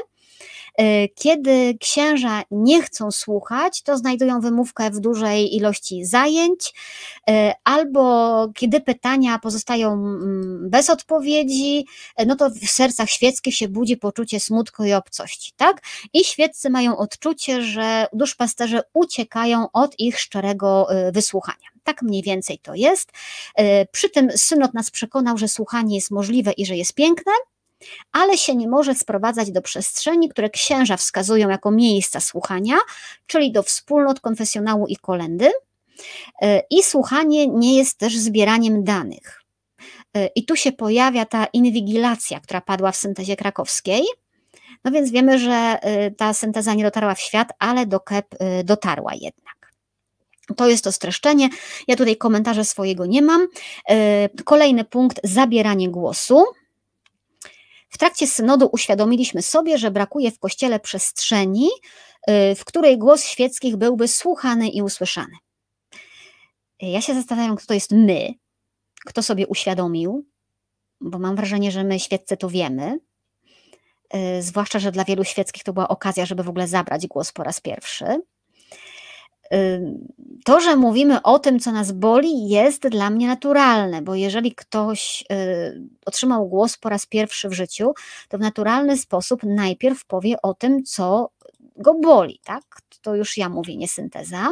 Kiedy księża nie chcą słuchać, to znajdują wymówkę w dużej ilości zajęć, albo kiedy pytania pozostają bez odpowiedzi, no to w sercach świeckich się budzi poczucie smutku i obcości, tak? I świeccy mają odczucie, że duszpasterze uciekają od ich szczerego wysłuchania. Tak mniej więcej to jest. Przy tym synod nas przekonał, że słuchanie jest możliwe i że jest piękne, ale się nie może sprowadzać do przestrzeni, które księża wskazują jako miejsca słuchania, czyli do wspólnot konfesjonału i kolędy. I słuchanie nie jest też zbieraniem danych. I tu się pojawia ta inwigilacja, która padła w syntezie krakowskiej. No więc wiemy, że ta synteza nie dotarła w świat, ale do K E P dotarła jednak. To jest to streszczenie. Ja tutaj komentarza swojego nie mam. Kolejny punkt, zabieranie głosu. W trakcie synodu uświadomiliśmy sobie, że brakuje w Kościele przestrzeni, w której głos świeckich byłby słuchany i usłyszany. Ja się zastanawiam, kto to jest my, kto sobie uświadomił, bo mam wrażenie, że my świeccy to wiemy, zwłaszcza, że dla wielu świeckich to była okazja, żeby w ogóle zabrać głos po raz pierwszy. To, że mówimy o tym, co nas boli, jest dla mnie naturalne, bo jeżeli ktoś otrzymał głos po raz pierwszy w życiu, to w naturalny sposób najpierw powie o tym, co go boli, tak? To już ja mówię, nie synteza.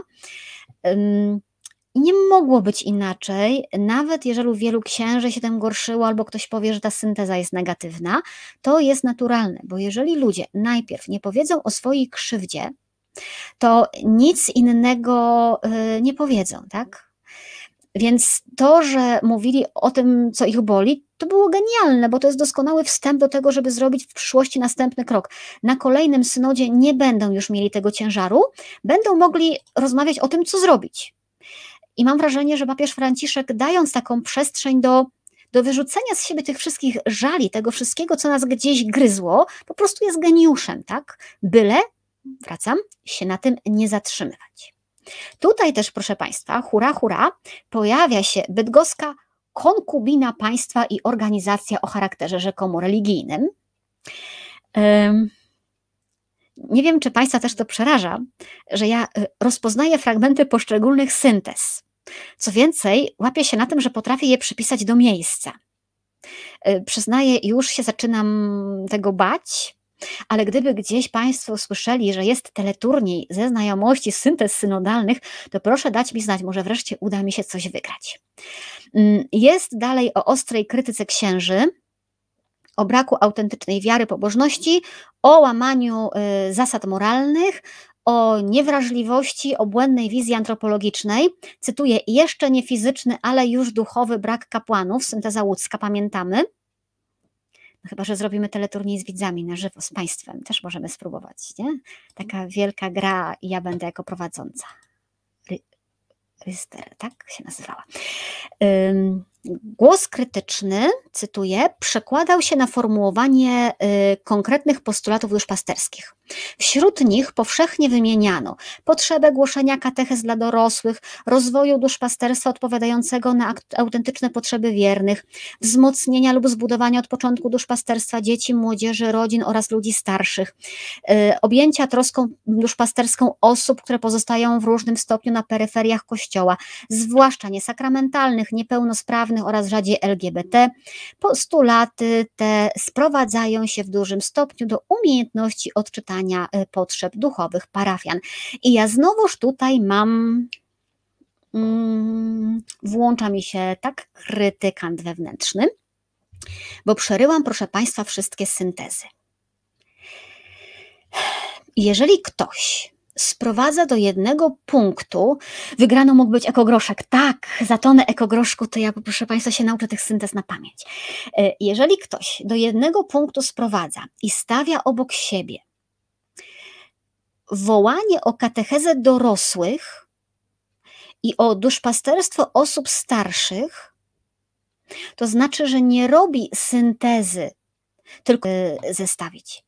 I nie mogło być inaczej, nawet jeżeli wielu księży się tym gorszyło, albo ktoś powie, że ta synteza jest negatywna, to jest naturalne, bo jeżeli ludzie najpierw nie powiedzą o swojej krzywdzie, to nic innego nie powiedzą, tak? Więc to, że mówili o tym, co ich boli, to było genialne, bo to jest doskonały wstęp do tego, żeby zrobić w przyszłości następny krok. Na kolejnym synodzie nie będą już mieli tego ciężaru, będą mogli rozmawiać o tym, co zrobić. I mam wrażenie, że papież Franciszek, dając taką przestrzeń do, do wyrzucenia z siebie tych wszystkich żali, tego wszystkiego, co nas gdzieś gryzło, po prostu jest geniuszem, tak? Byle, wracam, się na tym nie zatrzymywać. Tutaj też, proszę Państwa, hura, hura, pojawia się bydgoska konkubina państwa i organizacja o charakterze rzekomo religijnym. Um, nie wiem, czy Państwa też to przeraża, że ja rozpoznaję fragmenty poszczególnych syntez. Co więcej, łapię się na tym, że potrafię je przypisać do miejsca. Przyznaję, już się zaczynam tego bać, ale gdyby gdzieś Państwo usłyszeli, że jest teleturniej ze znajomości syntez synodalnych, to proszę dać mi znać, może wreszcie uda mi się coś wygrać. Jest dalej o ostrej krytyce księży, o braku autentycznej wiary, pobożności, o łamaniu y, zasad moralnych, o niewrażliwości, o błędnej wizji antropologicznej. Cytuję, jeszcze nie fizyczny, ale już duchowy brak kapłanów, synteza łódzka, pamiętamy. No chyba że zrobimy teleturniej z widzami na żywo, z Państwem, też możemy spróbować, nie? Taka wielka gra i ja będę jako prowadząca. Ry Ryster, tak się nazywała. Ym, Głos krytyczny, cytuję, przekładał się na formułowanie y, konkretnych postulatów duszpasterskich. Wśród nich powszechnie wymieniano potrzebę głoszenia katechez dla dorosłych, rozwoju duszpasterstwa odpowiadającego na autentyczne potrzeby wiernych, wzmocnienia lub zbudowania od początku duszpasterstwa dzieci, młodzieży, rodzin oraz ludzi starszych, y, objęcia troską duszpasterską osób, które pozostają w różnym stopniu na peryferiach Kościoła, zwłaszcza niesakramentalnych, niepełnosprawnych oraz rzadziej L G B T. Postulaty te sprowadzają się w dużym stopniu do umiejętności odczytania potrzeb duchowych parafian. I ja znowuż tutaj mam, mm, włącza mi się tak krytykant wewnętrzny, bo przeryłam, proszę Państwa, wszystkie syntezy. Jeżeli ktoś sprowadza do jednego punktu, wygraną mógł być ekogroszek. Tak, za tonę ekogroszku to ja, proszę Państwa, się nauczę tych syntez na pamięć. Jeżeli ktoś do jednego punktu sprowadza i stawia obok siebie wołanie o katechezę dorosłych i o duszpasterstwo osób starszych, to znaczy, że nie robi syntezy, tylko zestawić.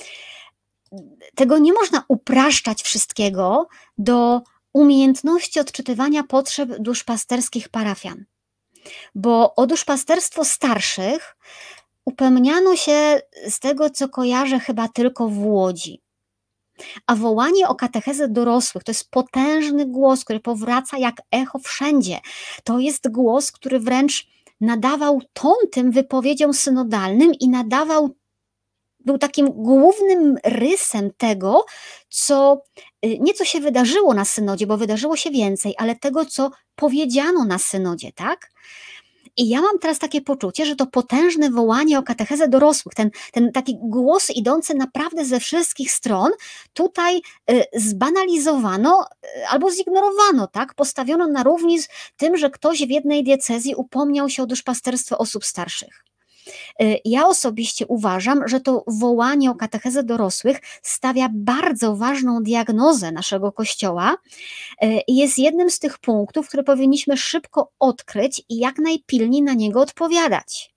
Tego nie można upraszczać wszystkiego do umiejętności odczytywania potrzeb duszpasterskich parafian, bo o duszpasterstwo starszych upewniano się, z tego co kojarzę, chyba tylko w Łodzi. A wołanie o katechezę dorosłych to jest potężny głos, który powraca jak echo wszędzie. To jest głos, który wręcz nadawał ton tym wypowiedziom synodalnym i nadawał był takim głównym rysem tego, co nie co się wydarzyło na synodzie, bo wydarzyło się więcej, ale tego, co powiedziano na synodzie, tak? I ja mam teraz takie poczucie, że to potężne wołanie o katechezę dorosłych, ten, ten taki głos idący naprawdę ze wszystkich stron, tutaj y, zbanalizowano y, albo zignorowano, tak? Postawiono na równi z tym, że ktoś w jednej diecezji upomniał się o duszpasterstwo osób starszych. Ja osobiście uważam, że to wołanie o katechezę dorosłych stawia bardzo ważną diagnozę naszego Kościoła i jest jednym z tych punktów, które powinniśmy szybko odkryć i jak najpilniej na niego odpowiadać.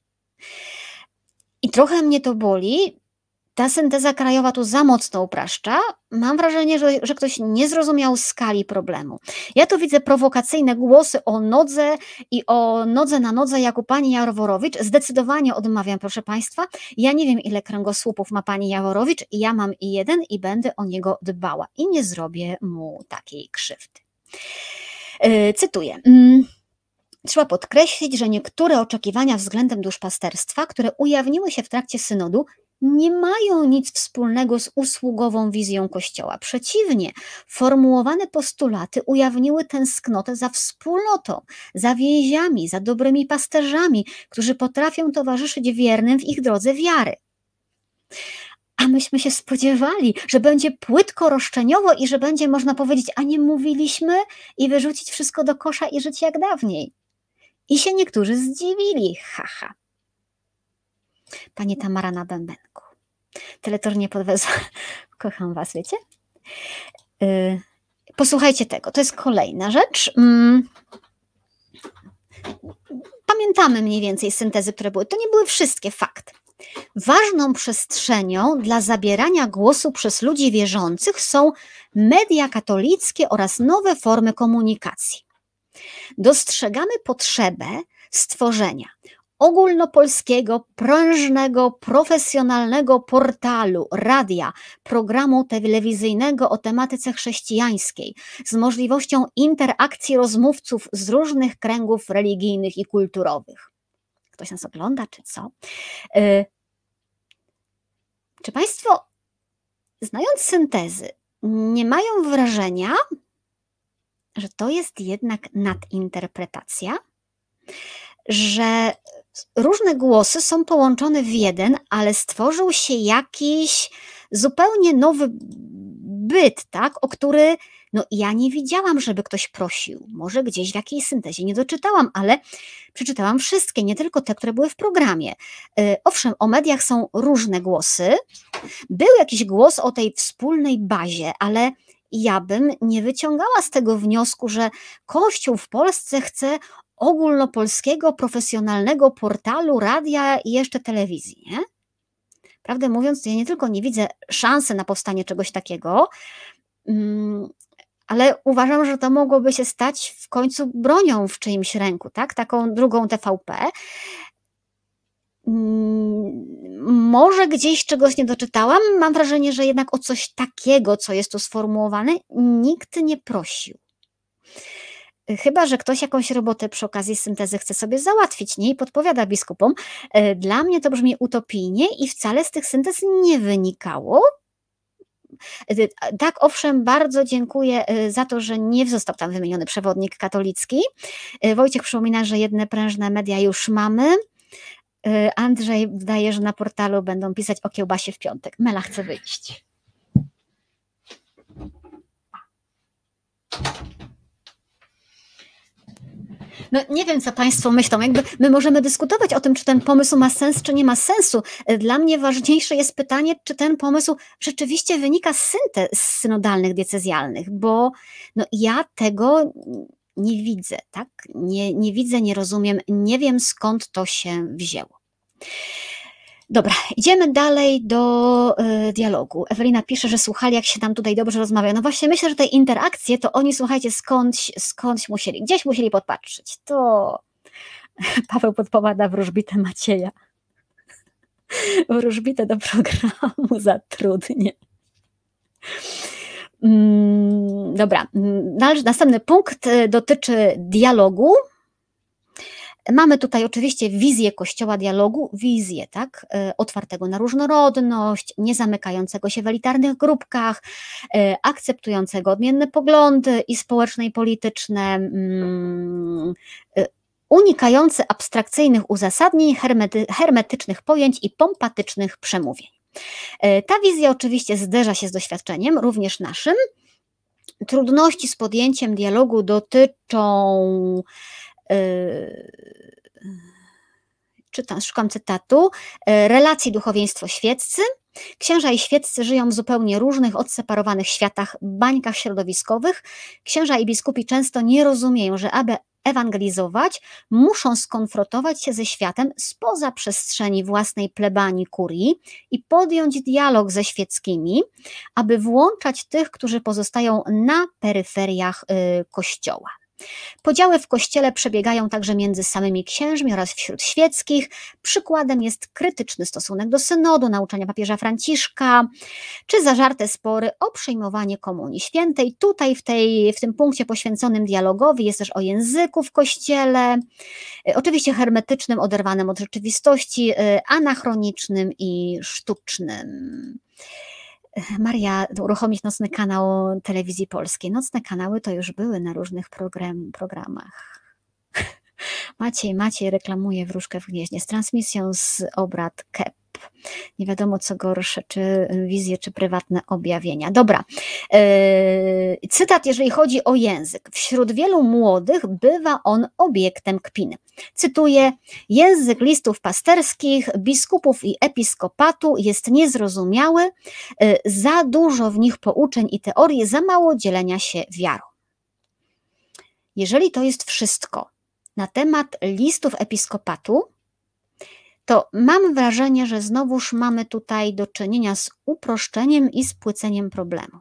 I trochę mnie to boli. Ta synteza krajowa tu za mocno upraszcza. Mam wrażenie, że, że ktoś nie zrozumiał skali problemu. Ja tu widzę prowokacyjne głosy o nodze i o nodze na nodze, jak u pani Jaworowicz. Zdecydowanie odmawiam, proszę Państwa. Ja nie wiem, ile kręgosłupów ma pani Jaworowicz. Ja mam i jeden i będę o niego dbała. I nie zrobię mu takiej krzywdy. Yy, cytuję. Yy. Trzeba podkreślić, że niektóre oczekiwania względem duszpasterstwa, które ujawniły się w trakcie synodu, nie mają nic wspólnego z usługową wizją Kościoła. Przeciwnie, formułowane postulaty ujawniły tęsknotę za wspólnotą, za więziami, za dobrymi pasterzami, którzy potrafią towarzyszyć wiernym w ich drodze wiary. A myśmy się spodziewali, że będzie płytko roszczeniowo i że będzie można powiedzieć, a nie mówiliśmy, i wyrzucić wszystko do kosza i żyć jak dawniej. I się niektórzy zdziwili, haha. Pani Tamara na bębenku. Teletor nie podwezła. Kocham was, wiecie? Yy, posłuchajcie tego, to jest kolejna rzecz. Mm. Pamiętamy mniej więcej syntezy, które były. To nie były wszystkie, fakt. Ważną przestrzenią dla zabierania głosu przez ludzi wierzących są media katolickie oraz nowe formy komunikacji. Dostrzegamy potrzebę stworzenia ogólnopolskiego, prężnego, profesjonalnego portalu, radia, programu telewizyjnego o tematyce chrześcijańskiej z możliwością interakcji rozmówców z różnych kręgów religijnych i kulturowych. Ktoś nas ogląda, czy co? Yy, czy Państwo, znając syntezy, nie mają wrażenia, że to jest jednak nadinterpretacja? Że różne głosy są połączone w jeden, ale stworzył się jakiś zupełnie nowy byt, tak, o który no, ja nie widziałam, żeby ktoś prosił. Może gdzieś w jakiejś syntezie nie doczytałam, ale przeczytałam wszystkie, nie tylko te, które były w programie. Yy, owszem, o mediach są różne głosy. Był jakiś głos o tej wspólnej bazie, ale ja bym nie wyciągała z tego wniosku, że Kościół w Polsce chce ogólnopolskiego, profesjonalnego portalu, radia i jeszcze telewizji, nie? Prawdę mówiąc, ja nie tylko nie widzę szansy na powstanie czegoś takiego, ale uważam, że to mogłoby się stać w końcu bronią w czyimś ręku, tak? Taką drugą T V P. Może gdzieś czegoś nie doczytałam, mam wrażenie, że jednak o coś takiego, co jest tu sformułowane, nikt nie prosił. Chyba że ktoś jakąś robotę przy okazji syntezy chce sobie załatwić, nie? I podpowiada biskupom. Dla mnie to brzmi utopijnie i wcale z tych syntez nie wynikało. Tak, owszem, bardzo dziękuję za to, że nie został tam wymieniony przewodnik katolicki. Wojciech przypomina, że jedne prężne media już mamy. Andrzej wydaje, że na portalu będą pisać o kiełbasie w piątek. Mela chce wyjść. No nie wiem, co Państwo myślą. Jakby my możemy dyskutować o tym, czy ten pomysł ma sens, czy nie ma sensu. Dla mnie ważniejsze jest pytanie, czy ten pomysł rzeczywiście wynika z syntez synodalnych, diecezjalnych, bo no, ja tego nie widzę, tak? Nie, nie widzę, nie rozumiem, nie wiem, skąd to się wzięło. Dobra, idziemy dalej do y, dialogu. Ewelina pisze, że słuchali, jak się tam tutaj dobrze rozmawia. No właśnie myślę, że te interakcje to oni, słuchajcie, skądś, skądś musieli, gdzieś musieli podpatrzeć. To Paweł podpowiada wróżbitę Macieja. Wróżbitę do programu zatrudnię. Mm, dobra, następny punkt dotyczy dialogu. Mamy tutaj oczywiście wizję Kościoła dialogu, wizję, tak, otwartego na różnorodność, nie zamykającego się w elitarnych grupkach, akceptującego odmienne poglądy i społeczne i polityczne, unikający abstrakcyjnych uzasadnień, hermety, hermetycznych pojęć i pompatycznych przemówień. Ta wizja oczywiście zderza się z doświadczeniem, również naszym. Trudności z podjęciem dialogu dotyczą, czytam, szukam cytatu, relacji duchowieństwo-świeccy. Księża i świeccy żyją w zupełnie różnych, odseparowanych światach, bańkach środowiskowych. Księża i biskupi często nie rozumieją, że aby ewangelizować, muszą skonfrontować się ze światem spoza przestrzeni własnej plebanii kurii i podjąć dialog ze świeckimi, aby włączać tych, którzy pozostają na peryferiach y, Kościoła. Podziały w Kościele przebiegają także między samymi księżmi oraz wśród świeckich. Przykładem jest krytyczny stosunek do synodu, nauczania papieża Franciszka, czy zażarte spory o przyjmowanie Komunii Świętej. Tutaj w, tej, w tym punkcie poświęconym dialogowi jest też o języku w Kościele, oczywiście hermetycznym, oderwanym od rzeczywistości, anachronicznym i sztucznym. Maria, uruchomić nocny kanał Telewizji Polskiej. Nocne kanały to już były na różnych program, programach. Maciej, Maciej reklamuje Wróżkę w Gnieźnie z transmisją z obrad K E P. Nie wiadomo co gorsze, czy wizje, czy prywatne objawienia. Dobra, yy, cytat, jeżeli chodzi o język. Wśród wielu młodych bywa on obiektem kpin. Cytuję: język listów pasterskich, biskupów i episkopatu jest niezrozumiały, yy, za dużo w nich pouczeń i teorii, za mało dzielenia się wiarą. Jeżeli to jest wszystko na temat listów episkopatu, to mam wrażenie, że znowuż mamy tutaj do czynienia z uproszczeniem i spłyceniem problemu.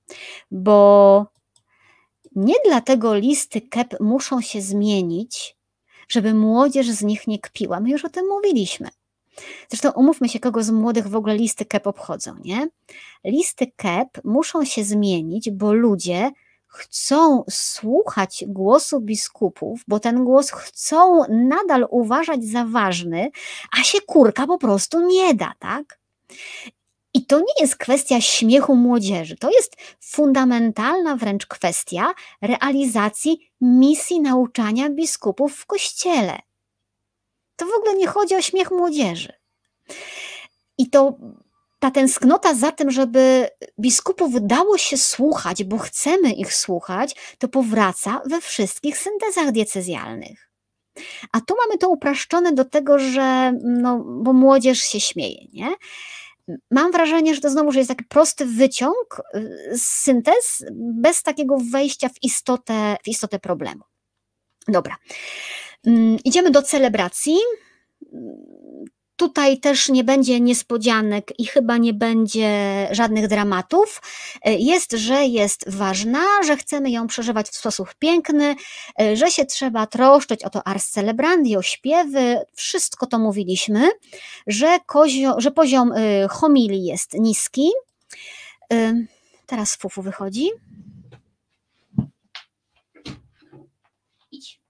Bo nie dlatego listy K E P muszą się zmienić, żeby młodzież z nich nie kpiła. My już o tym mówiliśmy. Zresztą umówmy się, kogo z młodych w ogóle listy K E P obchodzą, nie? Listy K E P muszą się zmienić, bo ludzie chcą słuchać głosu biskupów, bo ten głos chcą nadal uważać za ważny, a się kurka po prostu nie da, tak? I to nie jest kwestia śmiechu młodzieży, to jest fundamentalna wręcz kwestia realizacji misji nauczania biskupów w Kościele. To w ogóle nie chodzi o śmiech młodzieży. I to ta tęsknota za tym, żeby biskupów dało się słuchać, bo chcemy ich słuchać, to powraca we wszystkich syntezach diecezjalnych. A tu mamy to upraszczone do tego, że no, bo młodzież się śmieje, nie? Mam wrażenie, że to znowu jest taki prosty wyciąg z syntez, bez takiego wejścia w istotę, w istotę problemu. Dobra, idziemy do celebracji. Tutaj też nie będzie niespodzianek i chyba nie będzie żadnych dramatów. Jest, że jest ważna, że chcemy ją przeżywać w sposób piękny, że się trzeba troszczyć o to ars celebrandi, o śpiewy, wszystko to mówiliśmy, że, kozio, że poziom homilii jest niski. Teraz Fufu wychodzi. Idź.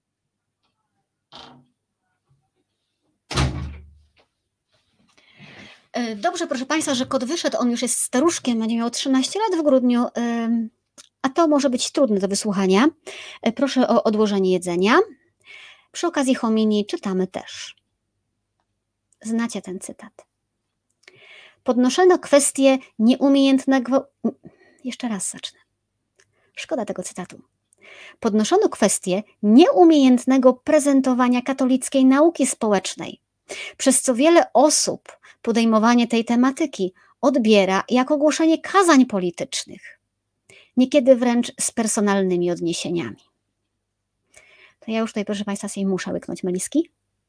Dobrze, proszę Państwa, że kot wyszedł, on już jest staruszkiem, będzie miał trzynaście lat w grudniu, a to może być trudne do wysłuchania. Proszę o odłożenie jedzenia. Przy okazji homilii czytamy też. Znacie ten cytat. Podnoszono kwestię nieumiejętnego... Jeszcze raz zacznę. Szkoda tego cytatu. Podnoszono kwestię nieumiejętnego prezentowania katolickiej nauki społecznej, przez co wiele osób podejmowanie tej tematyki odbiera jako głoszenie kazań politycznych, niekiedy wręcz z personalnymi odniesieniami. To ja już tutaj, proszę Państwa, sobie muszę łyknąć meliski.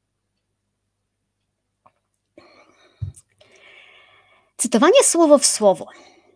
Cytowanie słowo w słowo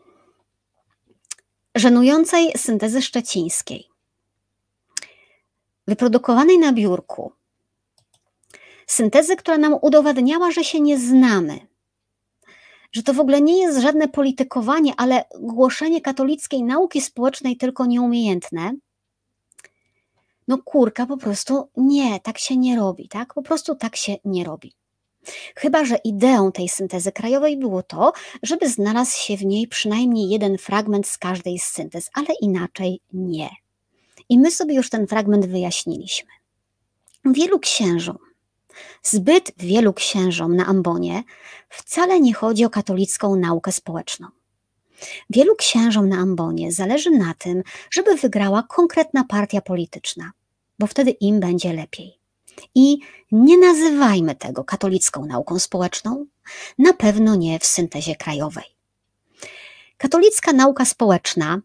żenującej syntezy szczecińskiej, wyprodukowanej na biurku, syntezy, która nam udowadniała, że się nie znamy, że to w ogóle nie jest żadne politykowanie, ale głoszenie katolickiej nauki społecznej tylko nieumiejętne. No kurka, po prostu nie, tak się nie robi, tak? Po prostu tak się nie robi. Chyba że ideą tej syntezy krajowej było to, żeby znalazł się w niej przynajmniej jeden fragment z każdej z syntez, ale inaczej nie. I my sobie już ten fragment wyjaśniliśmy. Wielu księżom, zbyt wielu księżom na ambonie wcale nie chodzi o katolicką naukę społeczną. Wielu księżom na ambonie zależy na tym, żeby wygrała konkretna partia polityczna, bo wtedy im będzie lepiej. I nie nazywajmy tego katolicką nauką społeczną, na pewno nie w syntezie krajowej. Katolicka nauka społeczna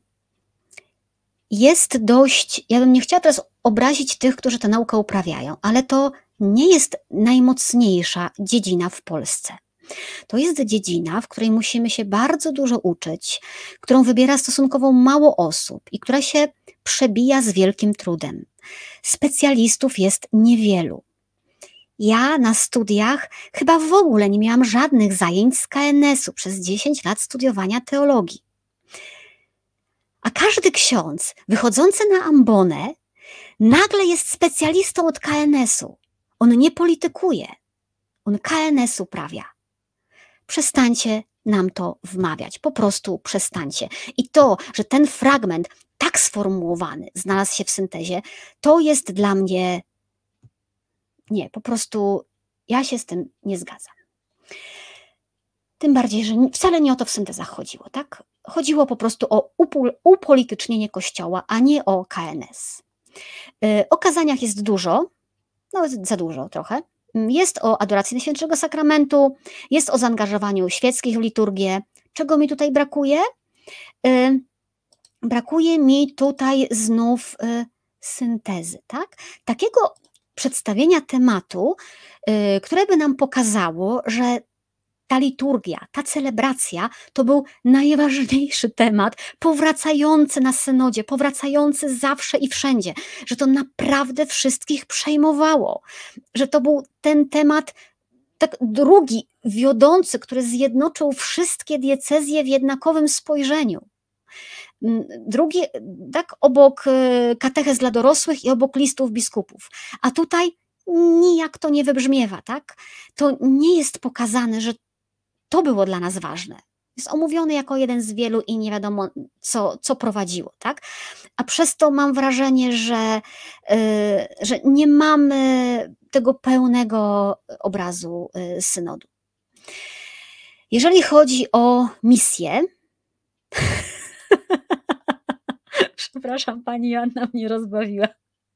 jest dość, ja bym nie chciała teraz obrazić tych, którzy tę naukę uprawiają, ale to nie jest najmocniejsza dziedzina w Polsce. To jest dziedzina, w której musimy się bardzo dużo uczyć, którą wybiera stosunkowo mało osób i która się przebija z wielkim trudem. Specjalistów jest niewielu. Ja na studiach chyba w ogóle nie miałam żadnych zajęć z K N S-u przez dziesięć lat studiowania teologii. A każdy ksiądz wychodzący na ambonę nagle jest specjalistą od K N S-u. On nie politykuje, on K N S uprawia. Przestańcie nam to wmawiać, po prostu przestańcie. I to, że ten fragment tak sformułowany znalazł się w syntezie, to jest dla mnie, nie, po prostu ja się z tym nie zgadzam. Tym bardziej, że wcale nie o to w syntezach chodziło, tak? Chodziło po prostu o upolitycznienie Kościoła, a nie o K N S. O kazaniach jest dużo, nawet za dużo trochę. Jest o adoracji Najświętszego Sakramentu, jest o zaangażowaniu świeckich w liturgię. Czego mi tutaj brakuje? Brakuje mi tutaj znów syntezy, tak? Takiego przedstawienia tematu, które by nam pokazało, że ta liturgia, ta celebracja to był najważniejszy temat, powracający na synodzie, powracający zawsze i wszędzie, że to naprawdę wszystkich przejmowało, że to był ten temat tak drugi, wiodący, który zjednoczył wszystkie diecezje w jednakowym spojrzeniu. Drugi, tak, obok katechez dla dorosłych i obok listów biskupów. A tutaj nijak to nie wybrzmiewa, tak? To nie jest pokazane, że to było dla nas ważne. Jest omówiony jako jeden z wielu i nie wiadomo, co, co prowadziło, tak? A przez to mam wrażenie, że, yy, że nie mamy tego pełnego obrazu yy, synodu. Jeżeli chodzi o misję, przepraszam, pani Joanna mnie rozbawiła.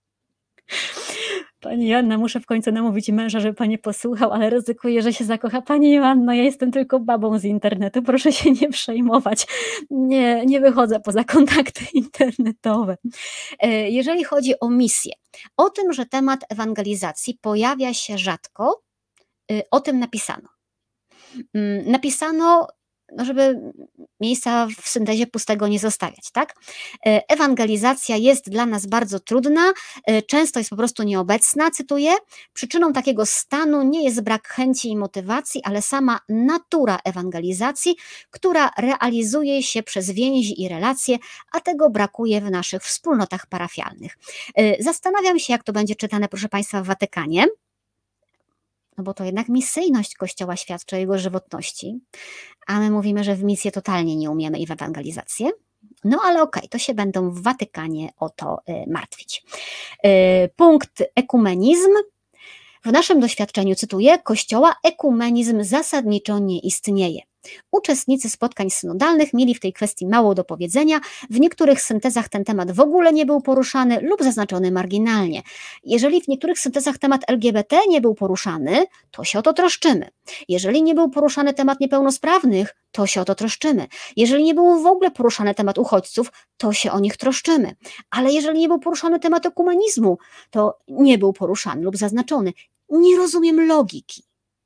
Pani Joanna, muszę w końcu namówić męża, żeby pani posłuchał, ale ryzykuję, że się zakocha. Pani Joanno, ja jestem tylko babą z internetu, proszę się nie przejmować. Nie, nie wychodzę poza kontakty internetowe. Jeżeli chodzi o misję, o tym, że temat ewangelizacji pojawia się rzadko, o tym napisano. Napisano, no żeby miejsca w syntezie pustego nie zostawiać, tak? Ewangelizacja jest dla nas bardzo trudna, często jest po prostu nieobecna, cytuję, przyczyną takiego stanu nie jest brak chęci i motywacji, ale sama natura ewangelizacji, która realizuje się przez więzi i relacje, a tego brakuje w naszych wspólnotach parafialnych. Zastanawiam się, jak to będzie czytane, proszę Państwa, w Watykanie, no bo to jednak misyjność Kościoła świadczy o jego żywotności, a my mówimy, że w misję totalnie nie umiemy i w ewangelizację. No ale okej, okay, to się będą w Watykanie o to y, martwić. Y, punkt ekumenizm. W naszym doświadczeniu, cytuję, Kościoła ekumenizm zasadniczo nie istnieje. Uczestnicy spotkań synodalnych mieli w tej kwestii mało do powiedzenia, w niektórych syntezach ten temat w ogóle nie był poruszany lub zaznaczony marginalnie. Jeżeli w niektórych syntezach temat L G B T nie był poruszany, to się o to troszczymy. Jeżeli nie był poruszany temat niepełnosprawnych, to się o to troszczymy. Jeżeli nie był w ogóle poruszany temat uchodźców, to się o nich troszczymy. Ale jeżeli nie był poruszany temat ekumenizmu, to nie był poruszany lub zaznaczony. Nie rozumiem logiki.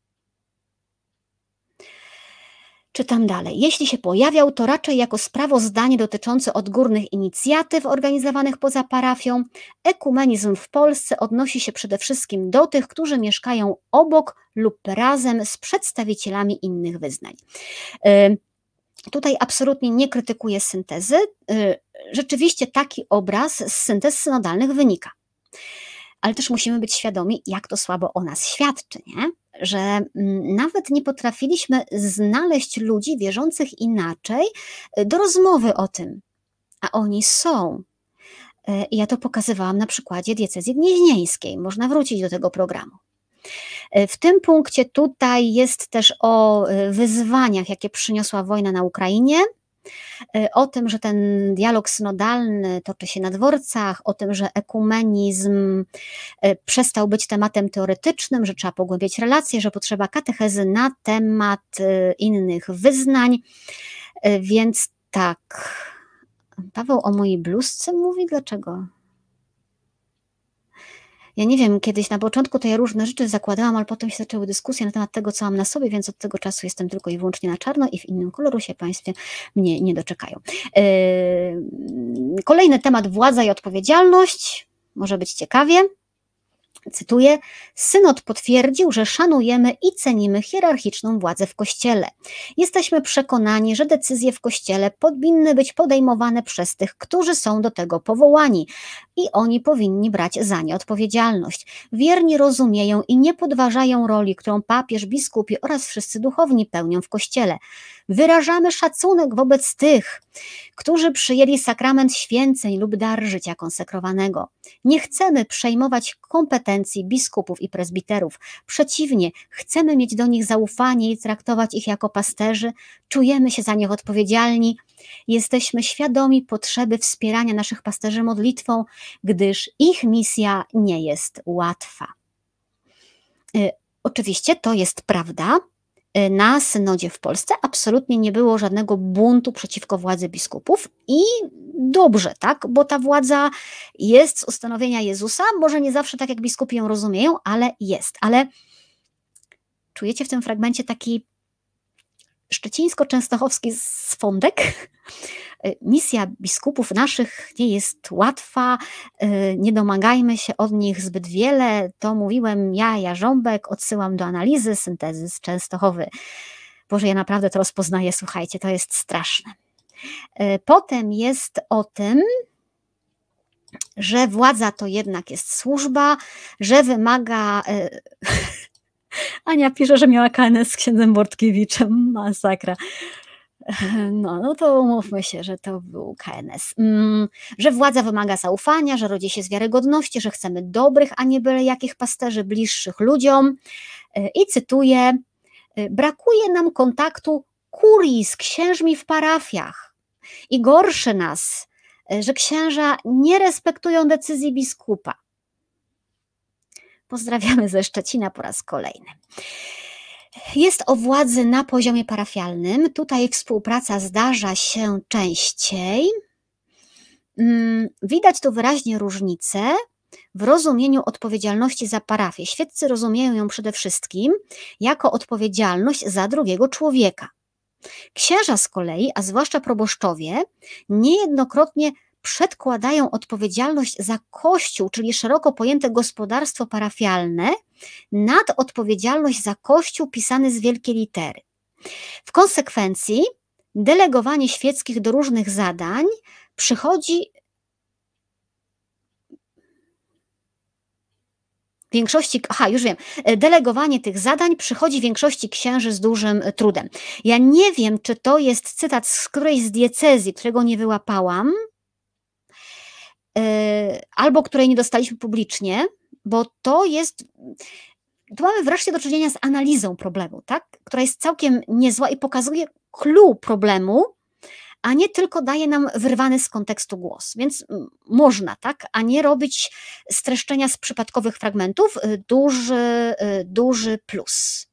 Czytam dalej. Jeśli się pojawiał, to raczej jako sprawozdanie dotyczące odgórnych inicjatyw organizowanych poza parafią. Ekumenizm w Polsce odnosi się przede wszystkim do tych, którzy mieszkają obok lub razem z przedstawicielami innych wyznań. Tutaj absolutnie nie krytykuję syntezy. Rzeczywiście taki obraz z syntez synodalnych wynika. Ale też musimy być świadomi, jak to słabo o nas świadczy, nie? Że nawet nie potrafiliśmy znaleźć ludzi wierzących inaczej do rozmowy o tym, a oni są. I ja to pokazywałam na przykładzie diecezji gnieźnieńskiej, można wrócić do tego programu. W tym punkcie tutaj jest też o wyzwaniach, jakie przyniosła wojna na Ukrainie, o tym, że ten dialog synodalny toczy się na dworcach, o tym, że ekumenizm przestał być tematem teoretycznym, że trzeba pogłębiać relacje, że potrzeba katechezy na temat innych wyznań, więc tak. Paweł o mojej bluzce mówi? Dlaczego? Ja nie wiem, kiedyś na początku to ja różne rzeczy zakładałam, ale potem się zaczęły dyskusje na temat tego, co mam na sobie, więc od tego czasu jestem tylko i wyłącznie na czarno i w innym koloru się Państwo mnie nie doczekają. Yy, kolejny temat, władza i odpowiedzialność. Może być ciekawie. Cytuję, synod potwierdził, że szanujemy i cenimy hierarchiczną władzę w Kościele. Jesteśmy przekonani, że decyzje w Kościele powinny być podejmowane przez tych, którzy są do tego powołani i oni powinni brać za nie odpowiedzialność. Wierni rozumieją i nie podważają roli, którą papież, biskupi oraz wszyscy duchowni pełnią w Kościele. Wyrażamy szacunek wobec tych, którzy przyjęli sakrament święceń lub dar życia konsekrowanego. Nie chcemy przejmować kompetencji kompetencji biskupów i prezbiterów. Przeciwnie, chcemy mieć do nich zaufanie i traktować ich jako pasterzy, czujemy się za nich odpowiedzialni, jesteśmy świadomi potrzeby wspierania naszych pasterzy modlitwą, gdyż ich misja nie jest łatwa. Oczywiście to jest prawda. Na synodzie w Polsce absolutnie nie było żadnego buntu przeciwko władzy biskupów i dobrze, tak, bo ta władza jest z ustanowienia Jezusa, może nie zawsze tak jak biskupi ją rozumieją, ale jest. Ale czujecie w tym fragmencie taki szczecińsko-częstochowski swądek? Misja biskupów naszych nie jest łatwa, nie domagajmy się od nich zbyt wiele, to mówiłem ja, Jarząbek, odsyłam do analizy, syntezy z Częstochowy. Boże, ja naprawdę to rozpoznaję, słuchajcie, to jest straszne. Potem jest o tym, że władza to jednak jest służba, że wymaga... Ania pisze, że miała K N S z księdzem Bortkiewiczem, masakra. No, no to umówmy się, że to był K N S. Mm, że władza wymaga zaufania, że rodzi się z wiarygodności, że chcemy dobrych, a nie byle jakich pasterzy, bliższych ludziom. I cytuję, brakuje nam kontaktu kurii z księżmi w parafiach. I gorszy nas, że księża nie respektują decyzji biskupa. Pozdrawiamy ze Szczecina po raz kolejny. Jest o władzy na poziomie parafialnym. Tutaj współpraca zdarza się częściej. Widać tu wyraźnie różnicę w rozumieniu odpowiedzialności za parafię. Świeccy rozumieją ją przede wszystkim jako odpowiedzialność za drugiego człowieka. Księża z kolei, a zwłaszcza proboszczowie, niejednokrotnie przedkładają odpowiedzialność za Kościół, czyli szeroko pojęte gospodarstwo parafialne, nad odpowiedzialność za Kościół pisany z wielkiej litery. W konsekwencji delegowanie świeckich do różnych zadań przychodzi w większości, aha, już wiem, delegowanie tych zadań przychodzi większości księży z dużym trudem. Ja nie wiem, czy to jest cytat z którejś z diecezji, którego nie wyłapałam, albo której nie dostaliśmy publicznie, bo to jest, tu mamy wreszcie do czynienia z analizą problemu, tak? Która jest całkiem niezła i pokazuje clue problemu, a nie tylko daje nam wyrwany z kontekstu głos. Więc można, tak? A nie robić streszczenia z przypadkowych fragmentów, duży, duży plus.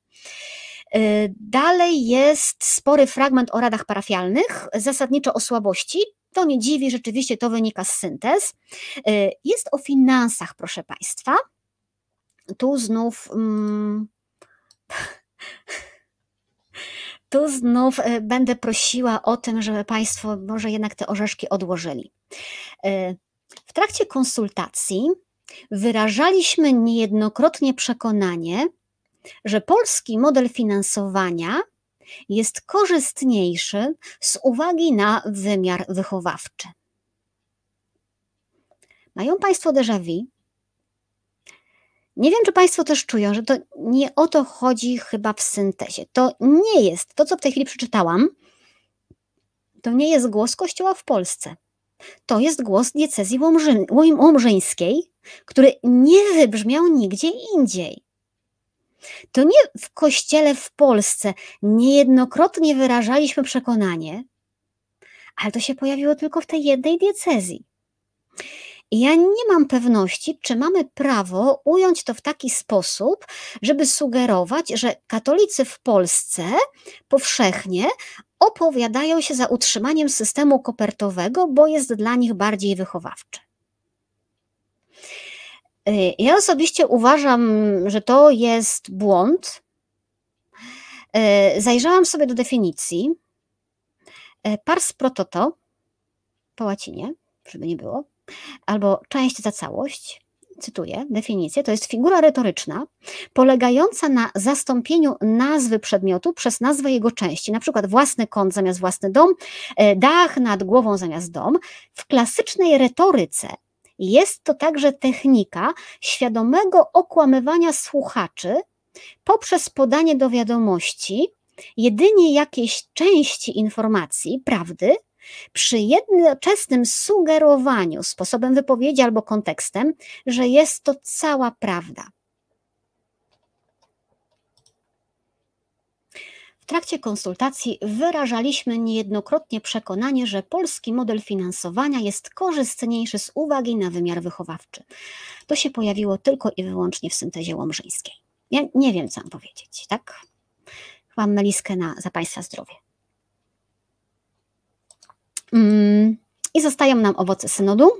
Dalej jest spory fragment o radach parafialnych, zasadniczo o słabości. To nie dziwi, rzeczywiście to wynika z syntez. Jest o finansach, proszę Państwa. Tu znów... Hmm, tu znów będę prosiła o tym, żeby Państwo może jednak te orzeszki odłożyli. W trakcie konsultacji wyrażaliśmy niejednokrotnie przekonanie, że polski model finansowania jest korzystniejszy z uwagi na wymiar wychowawczy. Mają Państwo déjà vu? Nie wiem, czy Państwo też czują, że to nie o to chodzi chyba w syntezie. To nie jest, to co w tej chwili przeczytałam, to nie jest głos Kościoła w Polsce. To jest głos diecezji łomży, łomżyńskiej, który nie wybrzmiał nigdzie indziej. To nie w Kościele w Polsce niejednokrotnie wyrażaliśmy przekonanie, ale to się pojawiło tylko w tej jednej diecezji. I ja nie mam pewności, czy mamy prawo ująć to w taki sposób, żeby sugerować, że katolicy w Polsce powszechnie opowiadają się za utrzymaniem systemu kopertowego, bo jest dla nich bardziej wychowawczy. Ja osobiście uważam, że to jest błąd. Zajrzałam sobie do definicji. Pars pro toto, po łacinie, żeby nie było, albo część za całość, cytuję definicję, to jest figura retoryczna polegająca na zastąpieniu nazwy przedmiotu przez nazwę jego części, na przykład własny kąt zamiast własny dom, dach nad głową zamiast dom. W klasycznej retoryce jest to także technika świadomego okłamywania słuchaczy poprzez podanie do wiadomości jedynie jakiejś części informacji, prawdy, przy jednoczesnym sugerowaniu sposobem wypowiedzi albo kontekstem, że jest to cała prawda. W trakcie konsultacji wyrażaliśmy niejednokrotnie przekonanie, że polski model finansowania jest korzystniejszy z uwagi na wymiar wychowawczy. To się pojawiło tylko i wyłącznie w syntezie łomżyńskiej. Ja nie wiem, co mam powiedzieć, tak? Mam meliskę na, za Państwa zdrowie. Mm, I zostają nam owoce synodu.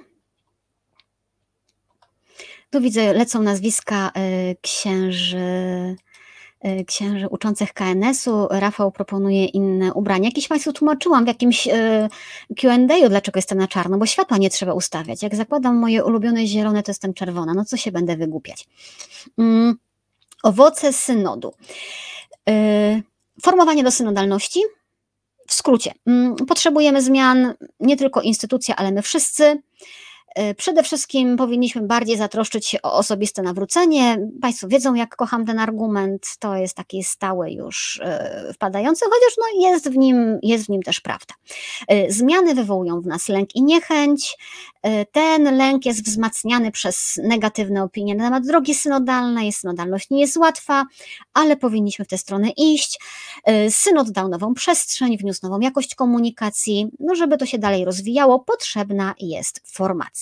Tu widzę, lecą nazwiska y, księży, y, księży uczących K N S-u. Rafał proponuje inne ubrania. Jakieś Państwu tłumaczyłam w jakimś y, Q and A, dlaczego jestem na czarno, bo światła nie trzeba ustawiać. Jak zakładam moje ulubione zielone, to jestem czerwona. No co się będę wygłupiać. Mm, owoce synodu. Y, formowanie do synodalności. W skrócie, potrzebujemy zmian, nie tylko instytucja, ale my wszyscy. Przede wszystkim powinniśmy bardziej zatroszczyć się o osobiste nawrócenie. Państwo wiedzą, jak kocham ten argument, to jest taki stały już wpadający, chociaż no jest, w nim, jest w nim też prawda. Zmiany wywołują w nas lęk i niechęć. Ten lęk jest wzmacniany przez negatywne opinie na temat drogi synodalnej. Synodalność nie jest łatwa, ale powinniśmy w tę stronę iść. Synod dał nową przestrzeń, wniósł nową jakość komunikacji. No, żeby to się dalej rozwijało, potrzebna jest formacja.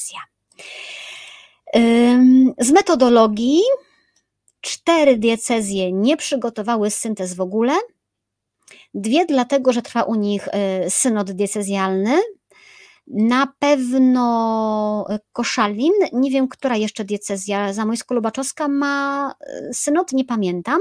Z metodologii cztery diecezje nie przygotowały syntez w ogóle. Dwie dlatego, że trwa u nich synod diecezjalny. Na pewno Koszalin, nie wiem, która jeszcze diecezja zamojsko-lubaczowska ma synod, nie pamiętam.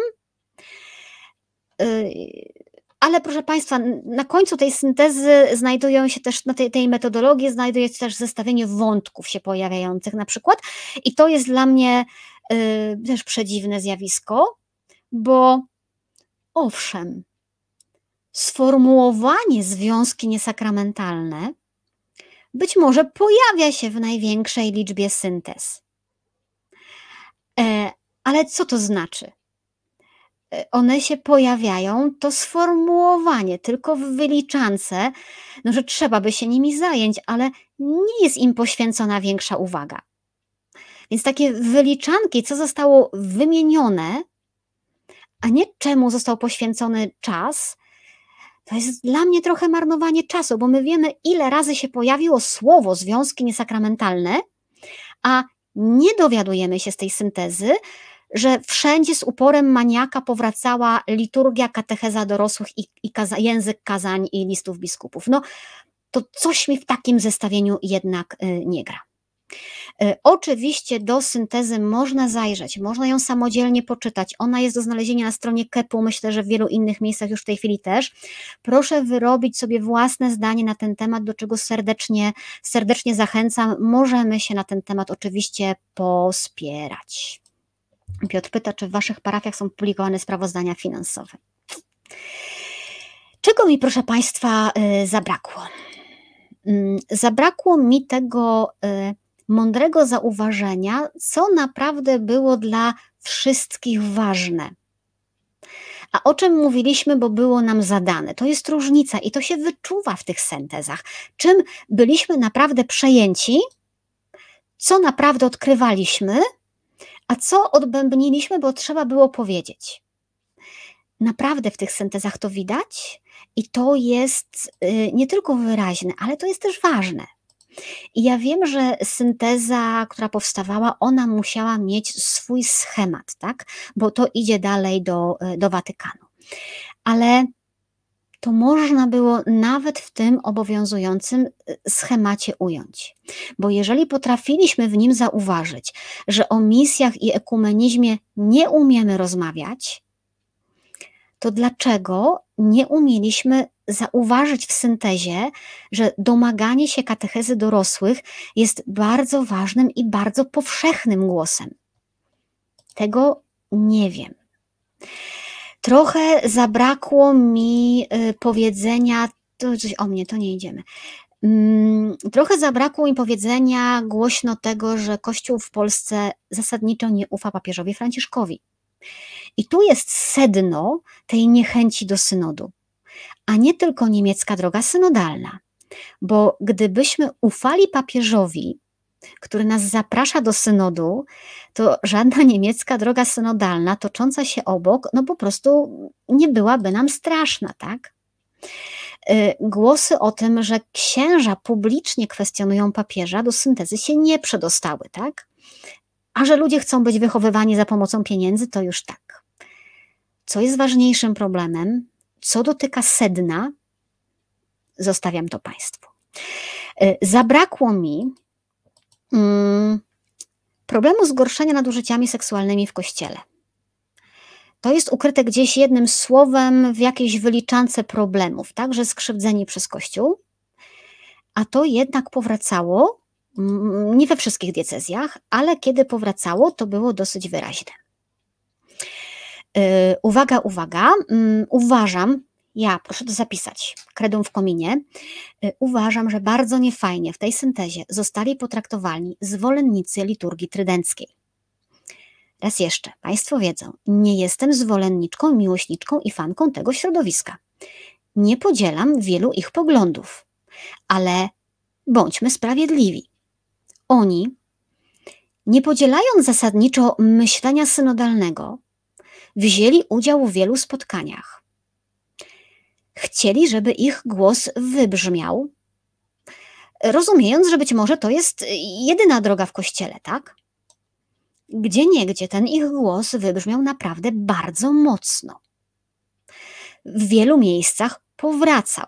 Ale proszę Państwa, na końcu tej syntezy znajdują się też, na tej, tej metodologii znajduje się też zestawienie wątków się pojawiających na przykład i to jest dla mnie y, też przedziwne zjawisko, bo owszem, sformułowanie związki niesakramentalne być może pojawia się w największej liczbie syntez. E, ale co to znaczy? One się pojawiają, to sformułowanie tylko w wyliczance, no, że trzeba by się nimi zająć, ale nie jest im poświęcona większa uwaga. Więc takie wyliczanki, co zostało wymienione, a nie czemu został poświęcony czas, to jest dla mnie trochę marnowanie czasu, bo my wiemy, ile razy się pojawiło słowo związki niesakramentalne, a nie dowiadujemy się z tej syntezy, że wszędzie z uporem maniaka powracała liturgia, katecheza dorosłych i, i kaza, język kazań i listów biskupów. No to coś mi w takim zestawieniu jednak y, nie gra. Y, oczywiście do syntezy można zajrzeć, można ją samodzielnie poczytać. Ona jest do znalezienia na stronie Kepu, myślę, że w wielu innych miejscach już w tej chwili też. Proszę wyrobić sobie własne zdanie na ten temat, do czego serdecznie, serdecznie zachęcam. Możemy się na ten temat oczywiście pospierać. Piotr pyta, czy w Waszych parafiach są publikowane sprawozdania finansowe. Czego mi, proszę Państwa, zabrakło? Zabrakło mi tego mądrego zauważenia, co naprawdę było dla wszystkich ważne. A o czym mówiliśmy, bo było nam zadane? To jest różnica i to się wyczuwa w tych syntezach. Czym byliśmy naprawdę przejęci, co naprawdę odkrywaliśmy, a co odbębniliśmy, bo trzeba było powiedzieć. Naprawdę w tych syntezach to widać i to jest nie tylko wyraźne, ale to jest też ważne. I ja wiem, że synteza, która powstawała, ona musiała mieć swój schemat, tak? Bo to idzie dalej do, do Watykanu. Ale to można było nawet w tym obowiązującym schemacie ująć. Bo jeżeli potrafiliśmy w nim zauważyć, że o misjach i ekumenizmie nie umiemy rozmawiać, to dlaczego nie umieliśmy zauważyć w syntezie, że domaganie się katechezy dorosłych jest bardzo ważnym i bardzo powszechnym głosem? Tego nie wiem. Trochę zabrakło mi powiedzenia, to coś o mnie, to nie idziemy. Trochę zabrakło mi powiedzenia głośno tego, że Kościół w Polsce zasadniczo nie ufa papieżowi Franciszkowi. I tu jest sedno tej niechęci do synodu, a nie tylko niemiecka droga synodalna. Bo gdybyśmy ufali papieżowi, który nas zaprasza do synodu, to żadna niemiecka droga synodalna tocząca się obok, no po prostu nie byłaby nam straszna, tak? Y, Głosy o tym, że księża publicznie kwestionują papieża, do syntezy się nie przedostały, tak? A że ludzie chcą być wychowywani za pomocą pieniędzy, to już tak. Co jest ważniejszym problemem, co dotyka sedna, zostawiam to Państwu. Y, Zabrakło mi mm, problemu zgorszenia nadużyciami seksualnymi w Kościele. To jest ukryte gdzieś jednym słowem w jakiejś wyliczance problemów, tak, że skrzywdzeni przez Kościół, a to jednak powracało, mm, nie we wszystkich diecezjach, ale kiedy powracało, to było dosyć wyraźne. Yy, uwaga, uwaga, yy, uważam, ja, proszę to zapisać, kredum w kominie, yy, uważam, że bardzo niefajnie w tej syntezie zostali potraktowani zwolennicy liturgii trydenckiej. Raz jeszcze, Państwo wiedzą, nie jestem zwolenniczką, miłośniczką i fanką tego środowiska. Nie podzielam wielu ich poglądów, ale bądźmy sprawiedliwi. Oni, nie podzielając zasadniczo myślenia synodalnego, wzięli udział w wielu spotkaniach. Chcieli, żeby ich głos wybrzmiał, rozumiejąc, że być może to jest jedyna droga w Kościele, tak? Gdzieniegdzie ten ich głos wybrzmiał naprawdę bardzo mocno. W wielu miejscach powracał.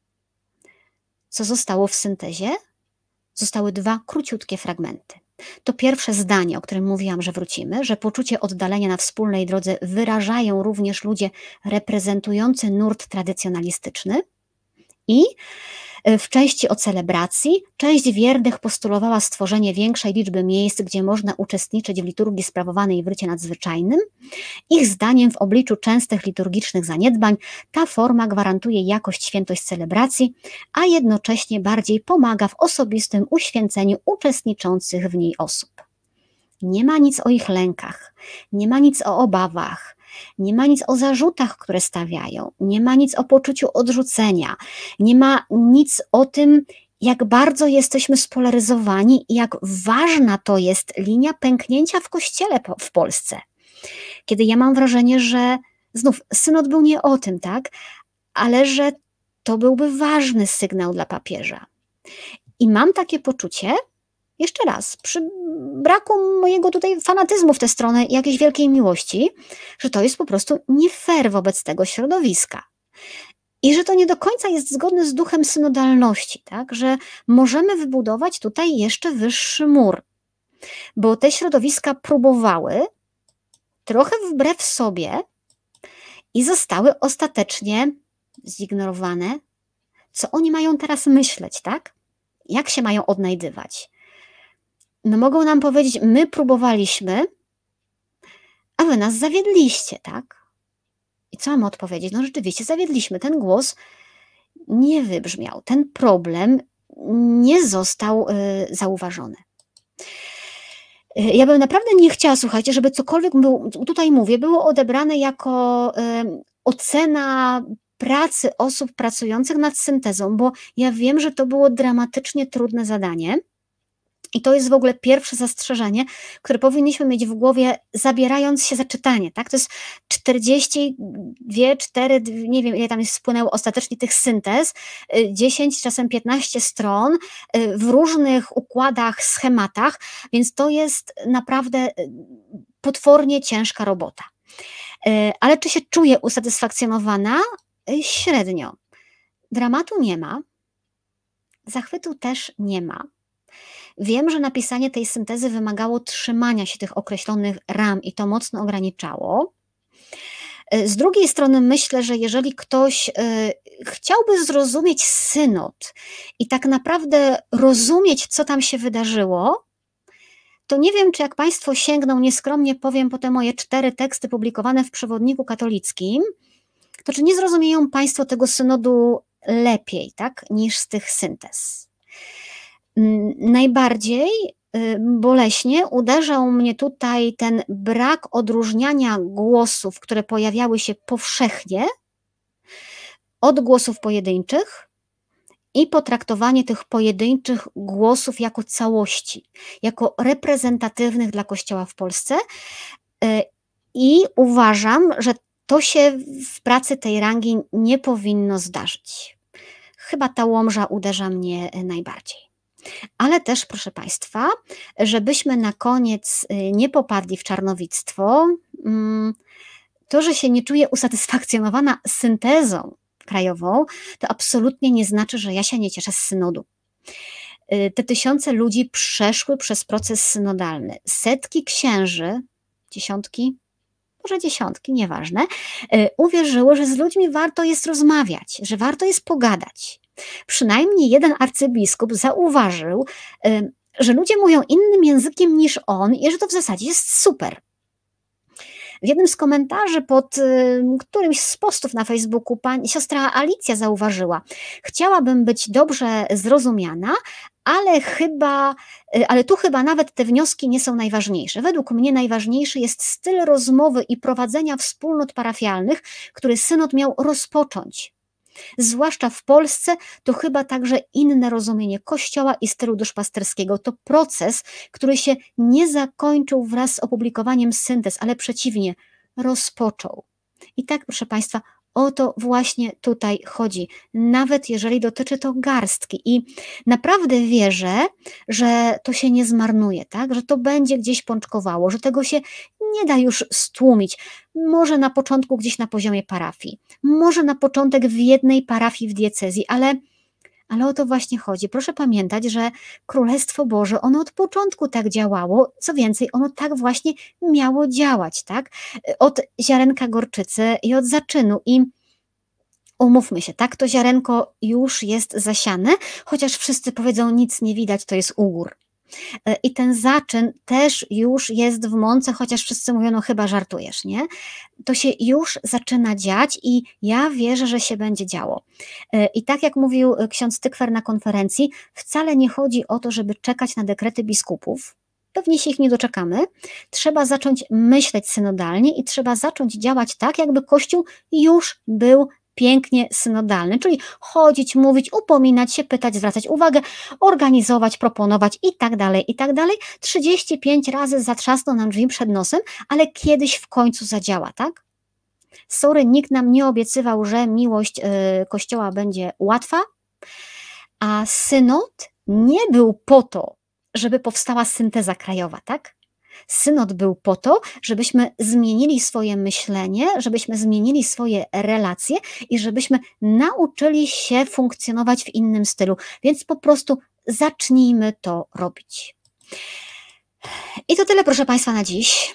Co zostało w syntezie? Zostały dwa króciutkie fragmenty. To pierwsze zdanie, o którym mówiłam, że wrócimy, że poczucie oddalenia na wspólnej drodze wyrażają również ludzie reprezentujący nurt tradycjonalistyczny. I w części o celebracji część wiernych postulowała stworzenie większej liczby miejsc, gdzie można uczestniczyć w liturgii sprawowanej w rycie nadzwyczajnym. Ich zdaniem w obliczu częstych liturgicznych zaniedbań ta forma gwarantuje jakość, świętość celebracji, a jednocześnie bardziej pomaga w osobistym uświęceniu uczestniczących w niej osób. Nie ma nic o ich lękach, nie ma nic o obawach, nie ma nic o zarzutach, które stawiają, nie ma nic o poczuciu odrzucenia, nie ma nic o tym, jak bardzo jesteśmy spolaryzowani i jak ważna to jest linia pęknięcia w Kościele w Polsce. Kiedy ja mam wrażenie, że znów synod był nie o tym, tak, ale że to byłby ważny sygnał dla papieża. I mam takie poczucie, jeszcze raz, przy braku mojego tutaj fanatyzmu w tę stronę i jakiejś wielkiej miłości, że to jest po prostu nie fair wobec tego środowiska. I że to nie do końca jest zgodne z duchem synodalności, tak? Że możemy wybudować tutaj jeszcze wyższy mur. Bo te środowiska próbowały trochę wbrew sobie i zostały ostatecznie zignorowane. Co oni mają teraz myśleć, tak? Jak się mają odnajdywać? No mogą nam powiedzieć, my próbowaliśmy, a wy nas zawiedliście, tak? I co mamy odpowiedzieć? No rzeczywiście zawiedliśmy, ten głos nie wybrzmiał, ten problem nie został y, zauważony. Y, ja bym naprawdę nie chciała, słuchajcie, żeby cokolwiek było, tutaj mówię, było odebrane jako y, ocena pracy osób pracujących nad syntezą, bo ja wiem, że to było dramatycznie trudne zadanie. I to jest w ogóle pierwsze zastrzeżenie, które powinniśmy mieć w głowie, zabierając się za czytanie. Tak? To jest czterdzieści dwa, cztery, nie wiem ile tam jest spłynęło ostatecznie tych syntez, dziesięć, czasem piętnaście stron w różnych układach, schematach, więc to jest naprawdę potwornie ciężka robota. Ale czy się czuję usatysfakcjonowana? Średnio. Dramatu nie ma, zachwytu też nie ma. Wiem, że napisanie tej syntezy wymagało trzymania się tych określonych ram i to mocno ograniczało. Z drugiej strony myślę, że jeżeli ktoś y, chciałby zrozumieć synod i tak naprawdę rozumieć, co tam się wydarzyło, to nie wiem, czy jak Państwo sięgną, nieskromnie powiem, po te moje cztery teksty publikowane w Przewodniku Katolickim, to czy nie zrozumieją Państwo tego synodu lepiej, tak, niż z tych syntez. Najbardziej boleśnie uderzał mnie tutaj ten brak odróżniania głosów, które pojawiały się powszechnie, od głosów pojedynczych i potraktowanie tych pojedynczych głosów jako całości, jako reprezentatywnych dla Kościoła w Polsce. Y, I uważam, że to się w pracy tej rangi nie powinno zdarzyć. Chyba ta Łomża uderza mnie y, najbardziej. Ale też, proszę Państwa, żebyśmy na koniec y, nie popadli w czarnowictwo, mm, to, że się nie czuję usatysfakcjonowana syntezą krajową, to absolutnie nie znaczy, że ja się nie cieszę z synodu. Y, Te tysiące ludzi przeszły przez proces synodalny. Setki księży, dziesiątki, może dziesiątki, nieważne, y, uwierzyły, że z ludźmi warto jest rozmawiać, że warto jest pogadać. Przynajmniej jeden arcybiskup zauważył, y, że ludzie mówią innym językiem niż on i że to w zasadzie jest super. W jednym z komentarzy pod y, którymś z postów na Facebooku pani siostra Alicja zauważyła: chciałabym być dobrze zrozumiana, ale chyba, y, ale tu chyba nawet te wnioski nie są najważniejsze. Według mnie najważniejszy jest styl rozmowy i prowadzenia wspólnot parafialnych, który synod miał rozpocząć. Zwłaszcza w Polsce to chyba także inne rozumienie Kościoła i stylu duszpasterskiego. To proces, który się nie zakończył wraz z opublikowaniem syntez, ale przeciwnie, rozpoczął. I tak, proszę Państwa, o to właśnie tutaj chodzi, nawet jeżeli dotyczy to garstki. I naprawdę wierzę, że to się nie zmarnuje, tak? Że to będzie gdzieś pączkowało, że tego się nie da już stłumić. Może na początku gdzieś na poziomie parafii, może na początek w jednej parafii w diecezji, ale, ale o to właśnie chodzi. Proszę pamiętać, że Królestwo Boże, ono od początku tak działało, co więcej, ono tak właśnie miało działać, tak? Od ziarenka gorczycy i od zaczynu. I umówmy się, tak, to ziarenko już jest zasiane, chociaż wszyscy powiedzą, nic nie widać, to jest ugór. I ten zaczyn też już jest w mące, chociaż wszyscy mówią, no chyba żartujesz, nie? To się już zaczyna dziać i ja wierzę, że się będzie działo. I tak jak mówił ksiądz Tykwer na konferencji, wcale nie chodzi o to, żeby czekać na dekrety biskupów. Pewnie się ich nie doczekamy. Trzeba zacząć myśleć synodalnie i trzeba zacząć działać tak, jakby Kościół już był pięknie synodalny, czyli chodzić, mówić, upominać się, pytać, zwracać uwagę, organizować, proponować i tak dalej, i tak dalej. trzydzieści pięć razy zatrzasnął nam drzwi przed nosem, ale kiedyś w końcu zadziała, tak? Sorry, nikt nam nie obiecywał, że miłość y, Kościoła będzie łatwa, a synod nie był po to, żeby powstała synteza krajowa, tak? Synod był po to, żebyśmy zmienili swoje myślenie, żebyśmy zmienili swoje relacje i żebyśmy nauczyli się funkcjonować w innym stylu. Więc po prostu zacznijmy to robić. I to tyle, proszę Państwa, na dziś.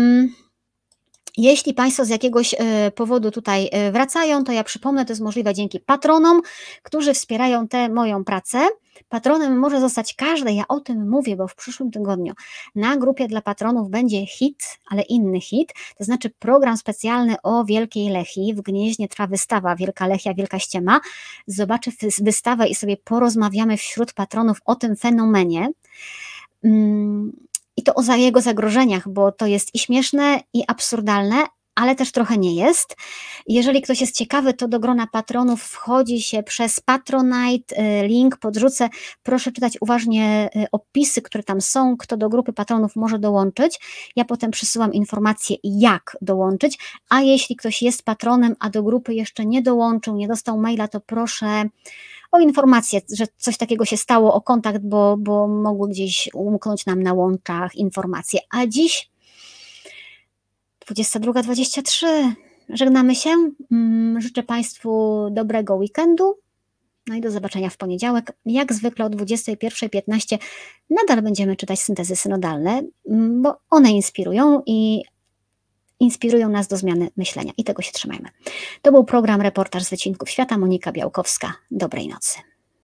Jeśli Państwo z jakiegoś powodu tutaj wracają, to ja przypomnę, to jest możliwe dzięki patronom, którzy wspierają tę moją pracę. Patronem może zostać każdy, ja o tym mówię, bo w przyszłym tygodniu na grupie dla patronów będzie hit, ale inny hit, to znaczy program specjalny o Wielkiej Lechii. W Gnieźnie trwa wystawa Wielka Lechia, Wielka Ściema. Zobaczę wystawę i sobie porozmawiamy wśród patronów o tym fenomenie. I to o jego zagrożeniach, bo to jest i śmieszne, i absurdalne, ale też trochę nie jest. Jeżeli ktoś jest ciekawy, to do grona patronów wchodzi się przez Patronite, link podrzucę. Proszę czytać uważnie opisy, które tam są, kto do grupy patronów może dołączyć. Ja potem przysyłam informację, jak dołączyć, a jeśli ktoś jest patronem, a do grupy jeszcze nie dołączył, nie dostał maila, to proszę o informację, że coś takiego się stało, o kontakt, bo, bo mogły gdzieś umknąć nam na łączach informacje. A dziś dwudziesta druga dwadzieścia trzy. Żegnamy się. Życzę Państwu dobrego weekendu. No i do zobaczenia w poniedziałek. Jak zwykle o dwudziestej pierwszej piętnaście nadal będziemy czytać syntezy synodalne, bo one inspirują i inspirują nas do zmiany myślenia i tego się trzymajmy. To był program Reportaż z Wycinków Świata. Monika Białkowska. Dobrej nocy.